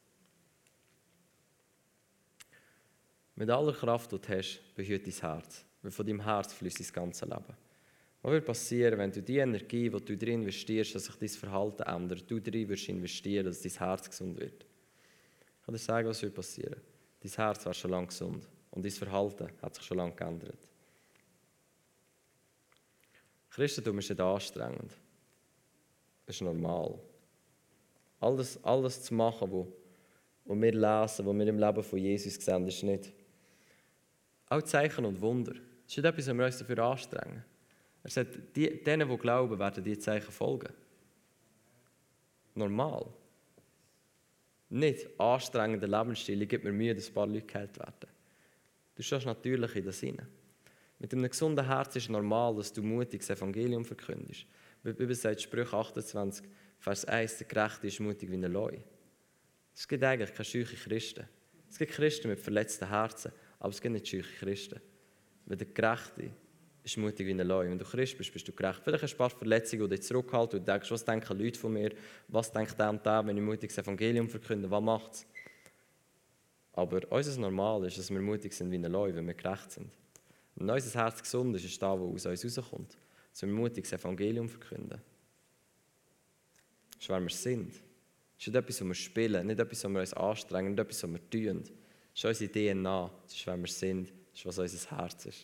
Mit aller Kraft, die du hast, behüte dein Herz. Weil von deinem Herz fließt dein ganze Leben. Was wird passieren, wenn du die Energie, die du darin investierst, dass sich dein Verhalten ändert, du darin wirst investieren, dass dein Herz gesund wird? Ich kann dir sagen, was wird passieren. Dein Herz war schon lange gesund und dein Verhalten hat sich schon lange geändert. Christentum ist nicht anstrengend. Das ist normal. Alles zu machen, was wir lesen, was wir im Leben von Jesus sehen, ist nicht. Auch Zeichen und Wunder. Das ist nicht etwas, was wir uns dafür anstrengen. Er sagt, denen, die glauben, werden diese Zeichen folgen. Normal. Nicht anstrengender Lebensstil, ich gebe mir Mühe, dass ein paar Leute geheilt werden. Du stehst natürlich in das hinein. Mit einem gesunden Herz ist es normal, dass du mutig das Evangelium verkündest. Die Bibel sagt, Sprüche 28, Vers 1, der Gerechte ist mutig wie ein Leu. Es gibt eigentlich keine scheuchen Christen. Es gibt Christen mit verletzten Herzen, aber es gibt nicht scheuche Christen. Weil der Gerechte ist mutig wie ein Leu. Wenn du Christ bist, bist du gerecht. Vielleicht hast du ein paar Verletzungen, die dich zurückhalten und du denkst, was denken Leute von mir, was denkt der und der, wenn ich mutig das Evangelium verkünde, was macht es? Aber unser Normal ist, dass wir mutig sind wie ein Leu, wenn wir gerecht sind. Wenn unser Herz gesund ist, ist das, was aus uns rauskommt. Dass wir mutig das Evangelium verkünden. Das ist, wer wir sind. Das ist nicht etwas, was wir spielen, nicht etwas, was wir uns anstrengen, nicht etwas, was wir tun. Das ist unsere DNA, das ist, wer wir sind, das ist, was unser Herz ist.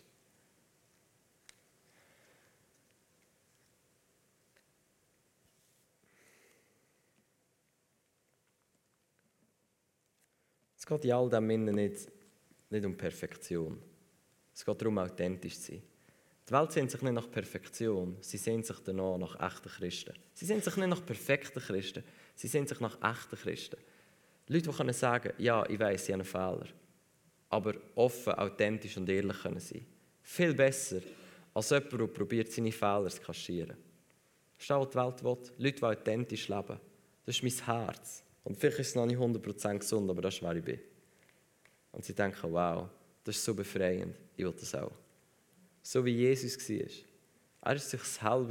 Es geht in all dem nicht um Perfektion. Es geht darum, authentisch zu sein. Die Welt sehnt sich nicht nach Perfektion, sie sehnt sich danach nach echten Christen. Sie sehnt sich nicht nach perfekten Christen, sie sehnt sich nach echten Christen. Leute, die können sagen, ja, ich weiss, ich habe einen Fehler, aber offen, authentisch und ehrlich können sein. Viel besser, als jemand, der probiert, seine Fehler zu kaschieren. Das ist das, was die Welt will. Leute, die authentisch leben. Das ist mein Herz. Und vielleicht ist es noch nicht 100% gesund, aber das ist, wer ich bin. Und sie denken, wow, das ist so befreiend, ich will das auch. So wie Jesus war. Er war sich selber.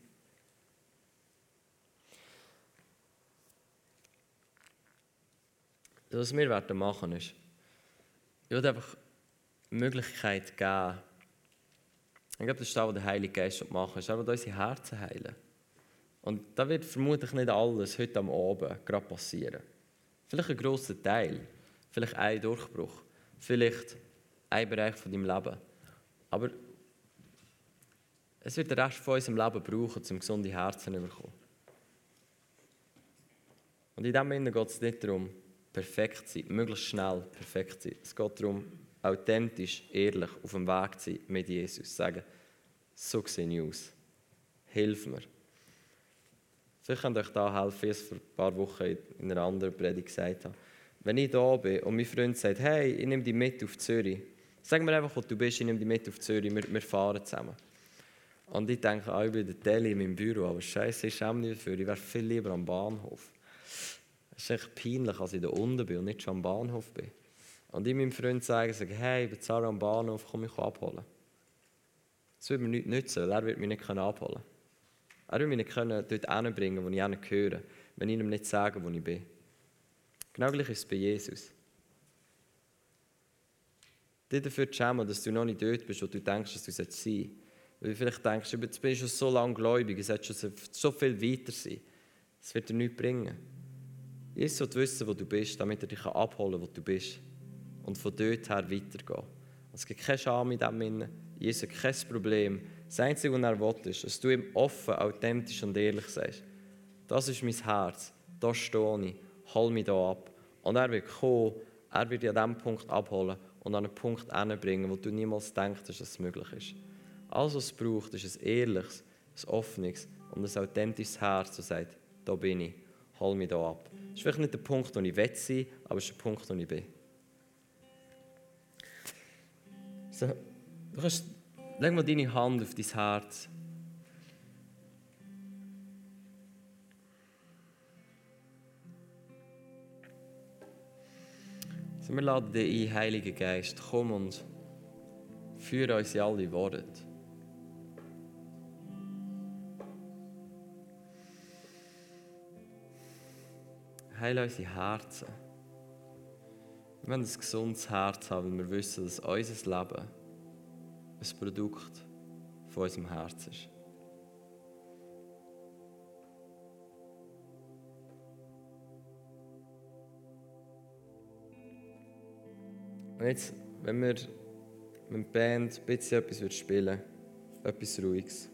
Was wir machen ist, ich will einfach die Möglichkeit geben, ich glaube, das ist das, was der Heilige Geist machen will, er will unsere Herzen heilen. Und da wird vermutlich nicht alles heute am Abend gerade passieren. Vielleicht ein grosser Teil, vielleicht ein Durchbruch, vielleicht ein Bereich von deinem Leben. Aber es wird den Rest von unserem Leben brauchen, um gesunde Herzen zu bekommen. Und in diesem Sinne geht es nicht darum, perfekt zu sein, möglichst schnell perfekt zu sein. Es geht darum, authentisch, ehrlich auf dem Weg zu sein mit Jesus. Sagen, so sehe ich aus. Hilf mir. Vielleicht könnt ihr euch da helfen, wie ich es vor ein paar Wochen in einer anderen Predigt gesagt habe. Wenn ich da bin und mein Freund sagt, hey, ich nehme dich mit auf Zürich. Sag mir einfach, wo du bist, ich nehme dich mit auf Zürich, wir fahren zusammen. Und ich denke, ich bin der Telly in meinem Büro, aber Scheiße, ich schäme mich dafür, ich wäre viel lieber am Bahnhof. Es ist echt peinlich, als ich da unten bin und nicht schon am Bahnhof bin. Und ich meinem Freund sage, hey, ich bin Sarah am Bahnhof, komm mich abholen. Das würde mir nichts nützen, weil er wird mich nicht abholen können. Er wird mich nicht dort hinbringen, wo ich hingehöre, wenn ich ihm nicht sage, wo ich bin. Genau gleich ist es bei Jesus. Dich dafür zu schämen, dass du noch nicht dort bist, wo du denkst, dass du sein sollst. Weil du vielleicht denkst, jetzt bin ich schon so lange gläubig, es sollte schon so viel weiter sein. Das wird dir nichts bringen. Jesus will wissen, wo du bist, damit er dich abholen kann, wo du bist. Und von dort her weitergehen. Es gibt keine Scham in dem Sinne. Jesus hat kein Problem. Das Einzige, was er will, ist, dass du ihm offen, authentisch und ehrlich sagst. Das ist mein Herz. Da stehe ich. Hol mich da ab. Und er wird kommen, er wird dich an diesem Punkt abholen und an einen Punkt hinbringen, wo du niemals denkst, dass es möglich ist. Alles, was es braucht, ist ein ehrliches, ein offenes und ein authentisches Herz, das sagt, da bin ich, hol mich da ab. Das ist vielleicht nicht der Punkt, wo ich sein will, aber es ist der Punkt, wo ich bin. So, leg mal deine Hand auf dein Herz. So, wir laden dich ein, Heiliger Geist, komm und führe uns in alle Worte. Heile unsere Herzen. Wir wollen ein gesundes Herz haben, weil wir wissen, dass unser Leben ein Produkt von unserem Herz ist. Und jetzt, wenn wir mit der Band ein bisschen etwas spielen, etwas Ruhiges,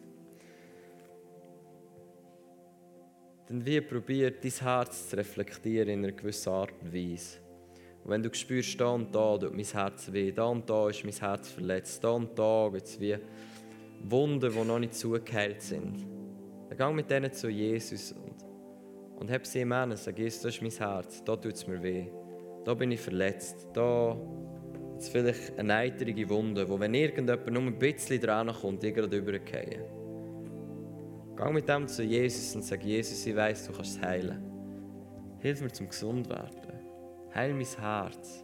dann wie probiert dein Herz zu reflektieren in einer gewissen Art und Weise. Und wenn du spürst, da und da tut mein Herz weh, da und da ist mein Herz verletzt, da und da gibt es wie Wunden, die noch nicht zugeheilt sind, dann geh mit denen zu Jesus und hab sie im Händen. Sag, Jesus, das ist mein Herz, da tut es mir weh, da bin ich verletzt, da ist vielleicht eine eitrige Wunde, wo wenn irgendjemand nur ein bisschen dran kommt, die gerade übergehen. Geh mit dem zu Jesus und sag, Jesus, ich weiss, du kannst es heilen. Hilf mir zum gesund werden. Heil mein Herz.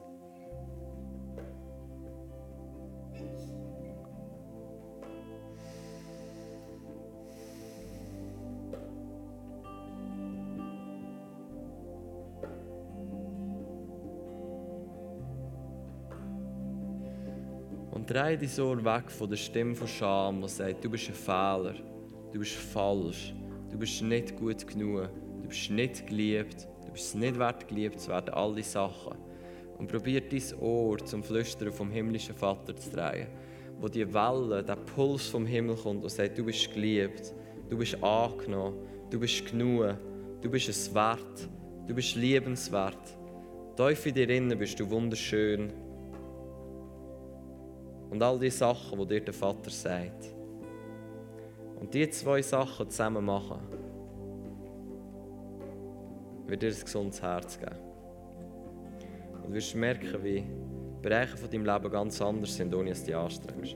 Und dreh dein Ohr weg von der Stimme von Scham, die sagt, du bist ein Fehler, du bist falsch, du bist nicht gut genug, du bist nicht geliebt, du bist nicht wert, geliebt zu werden, all diese Sachen. Und probier dein Ohr zum Flüstern vom himmlischen Vater zu drehen, wo die Welle, der Puls vom Himmel kommt und sagt, du bist geliebt, du bist angenommen, du bist genug, du bist es wert, du bist liebenswert. Tief in dir innen bist du wunderschön. Und all die Sachen, die dir der Vater sagt. Und diese zwei Sachen zusammen machen, wird dir ein gesundes Herz geben. Und du wirst merken, wie Bereiche von deinem Leben ganz anders sind, ohne dass du dich anstrengst.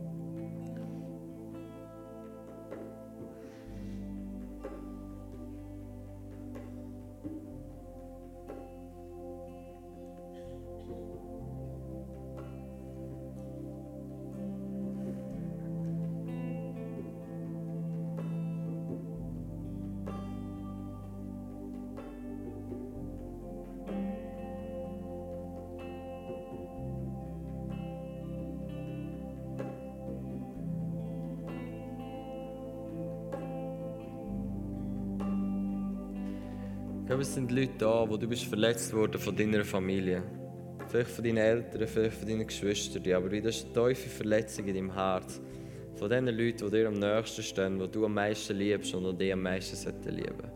Ich glaube, es sind Leute da, wo du bist verletzt worden von deiner Familie. Vielleicht von deinen Eltern, vielleicht von deinen Geschwistern. Aber das ist eine tiefe Verletzung in deinem Herz. Von den Leuten, die dir am nächsten stehen, die du am meisten liebst und die am meisten lieben sollten.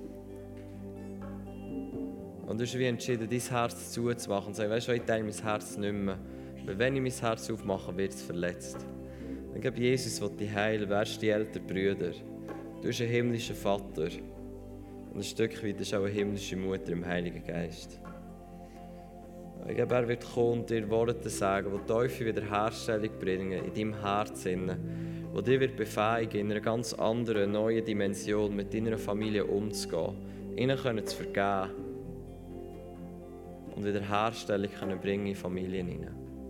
Und du hast wie entschieden, dein Herz zuzumachen und zu sagen, weißt du, ich teile mein Herz nicht mehr. Weil wenn ich mein Herz aufmache, wird es verletzt. Ich glaube, Jesus will dich heilen. Wer ist die älteren Brüder? Du bist ein himmlischer Vater. Und ein Stück weit ist auch eine himmlische Mutter im Heiligen Geist. Ich glaube, er wird kommen und dir Worte sagen, die tiefe Wiederherstellung bringen in deinem Herzen, die dich wird befähigen, in einer ganz anderen, neuen Dimension mit deiner Familie umzugehen, ihnen zu vergeben und Wiederherstellung bringen in Familien hinein.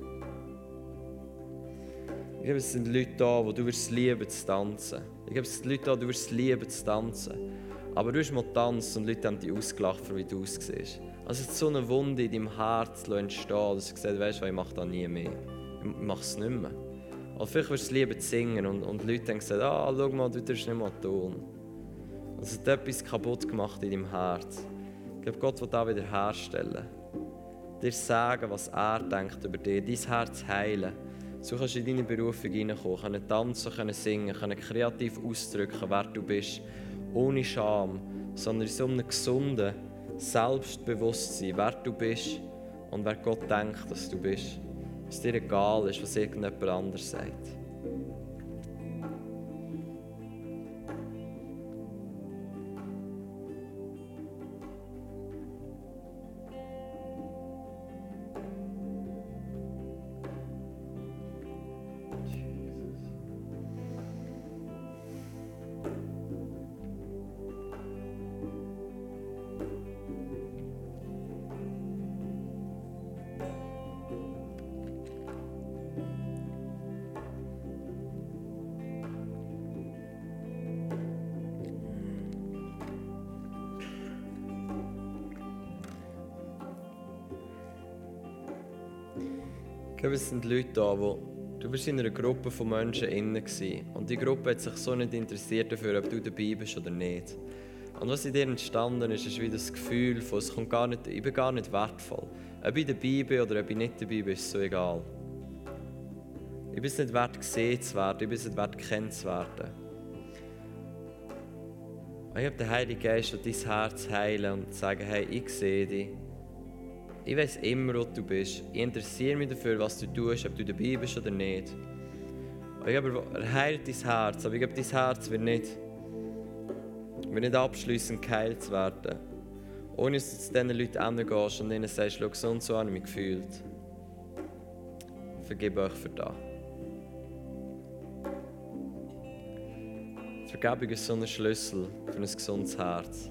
Ich glaube, es sind Leute da, wo du wirst lieben zu tanzen. Ich glaube, es sind Leute da, du wirst lieben zu tanzen. Aber du hast mal tanzen und Leute haben dich ausgelacht, wie du aussiehst. Also es ist so eine Wunde in deinem Herz entstehen, dass du gesagt hast, ich mache das nie mehr. Ich mache es nicht mehr. Oder vielleicht wirst du es lieber singen und Leute haben gesagt, schau mal, du tust nicht mal tun. Also es hat etwas kaputt gemacht in deinem Herz. Ich glaube, Gott will das wieder herstellen. Dir sagen, was er denkt über dich, dein Herz heilen. So kannst du in deine Berufung hineinkommen, können tanzen, können singen, können kreativ ausdrücken, wer du bist. Ohne Scham, sondern in so einem gesunden Selbstbewusstsein, wer du bist und wer Gott denkt, dass du bist. Was dir egal ist, was irgendjemand anders sagt. glaube, es sind Leute da, du bist in einer Gruppe von Menschen innen gewesen. Und die Gruppe hat sich so nicht interessiert dafür, ob du dabei bist oder nicht. Und was in dir entstanden ist, ist wie das Gefühl von, ich bin gar nicht wertvoll. Ob ich dabei bin oder ob ich nicht dabei bin, ist so egal. Ich bin es nicht wert, gesehen zu werden, ich bin es nicht wert, gekannt zu werden. Und ich habe den Heiligen Geist, der dein Herz heilen und sagen, hey, ich sehe dich. Ich weiss immer, wo du bist. Ich interessiere mich dafür, was du tust, ob du dabei bist oder nicht. Und ich glaube, er heilt dein Herz, aber ich glaube, dein Herz wird nicht abschliessend geheilt zu werden. Ohne dass du zu diesen Leuten hingehst und ihnen sagst, schau, so und so habe ich mich gefühlt. Vergib euch für das. Die Vergebung ist so ein Schlüssel für ein gesundes Herz.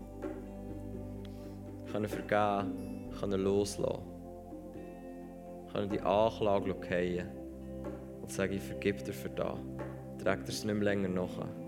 Ich kann vergeben, ich kann loslassen. Ich kann die Anklage fallen und sagen, ich vergib dir für das. Trägt er es nicht mehr länger nach.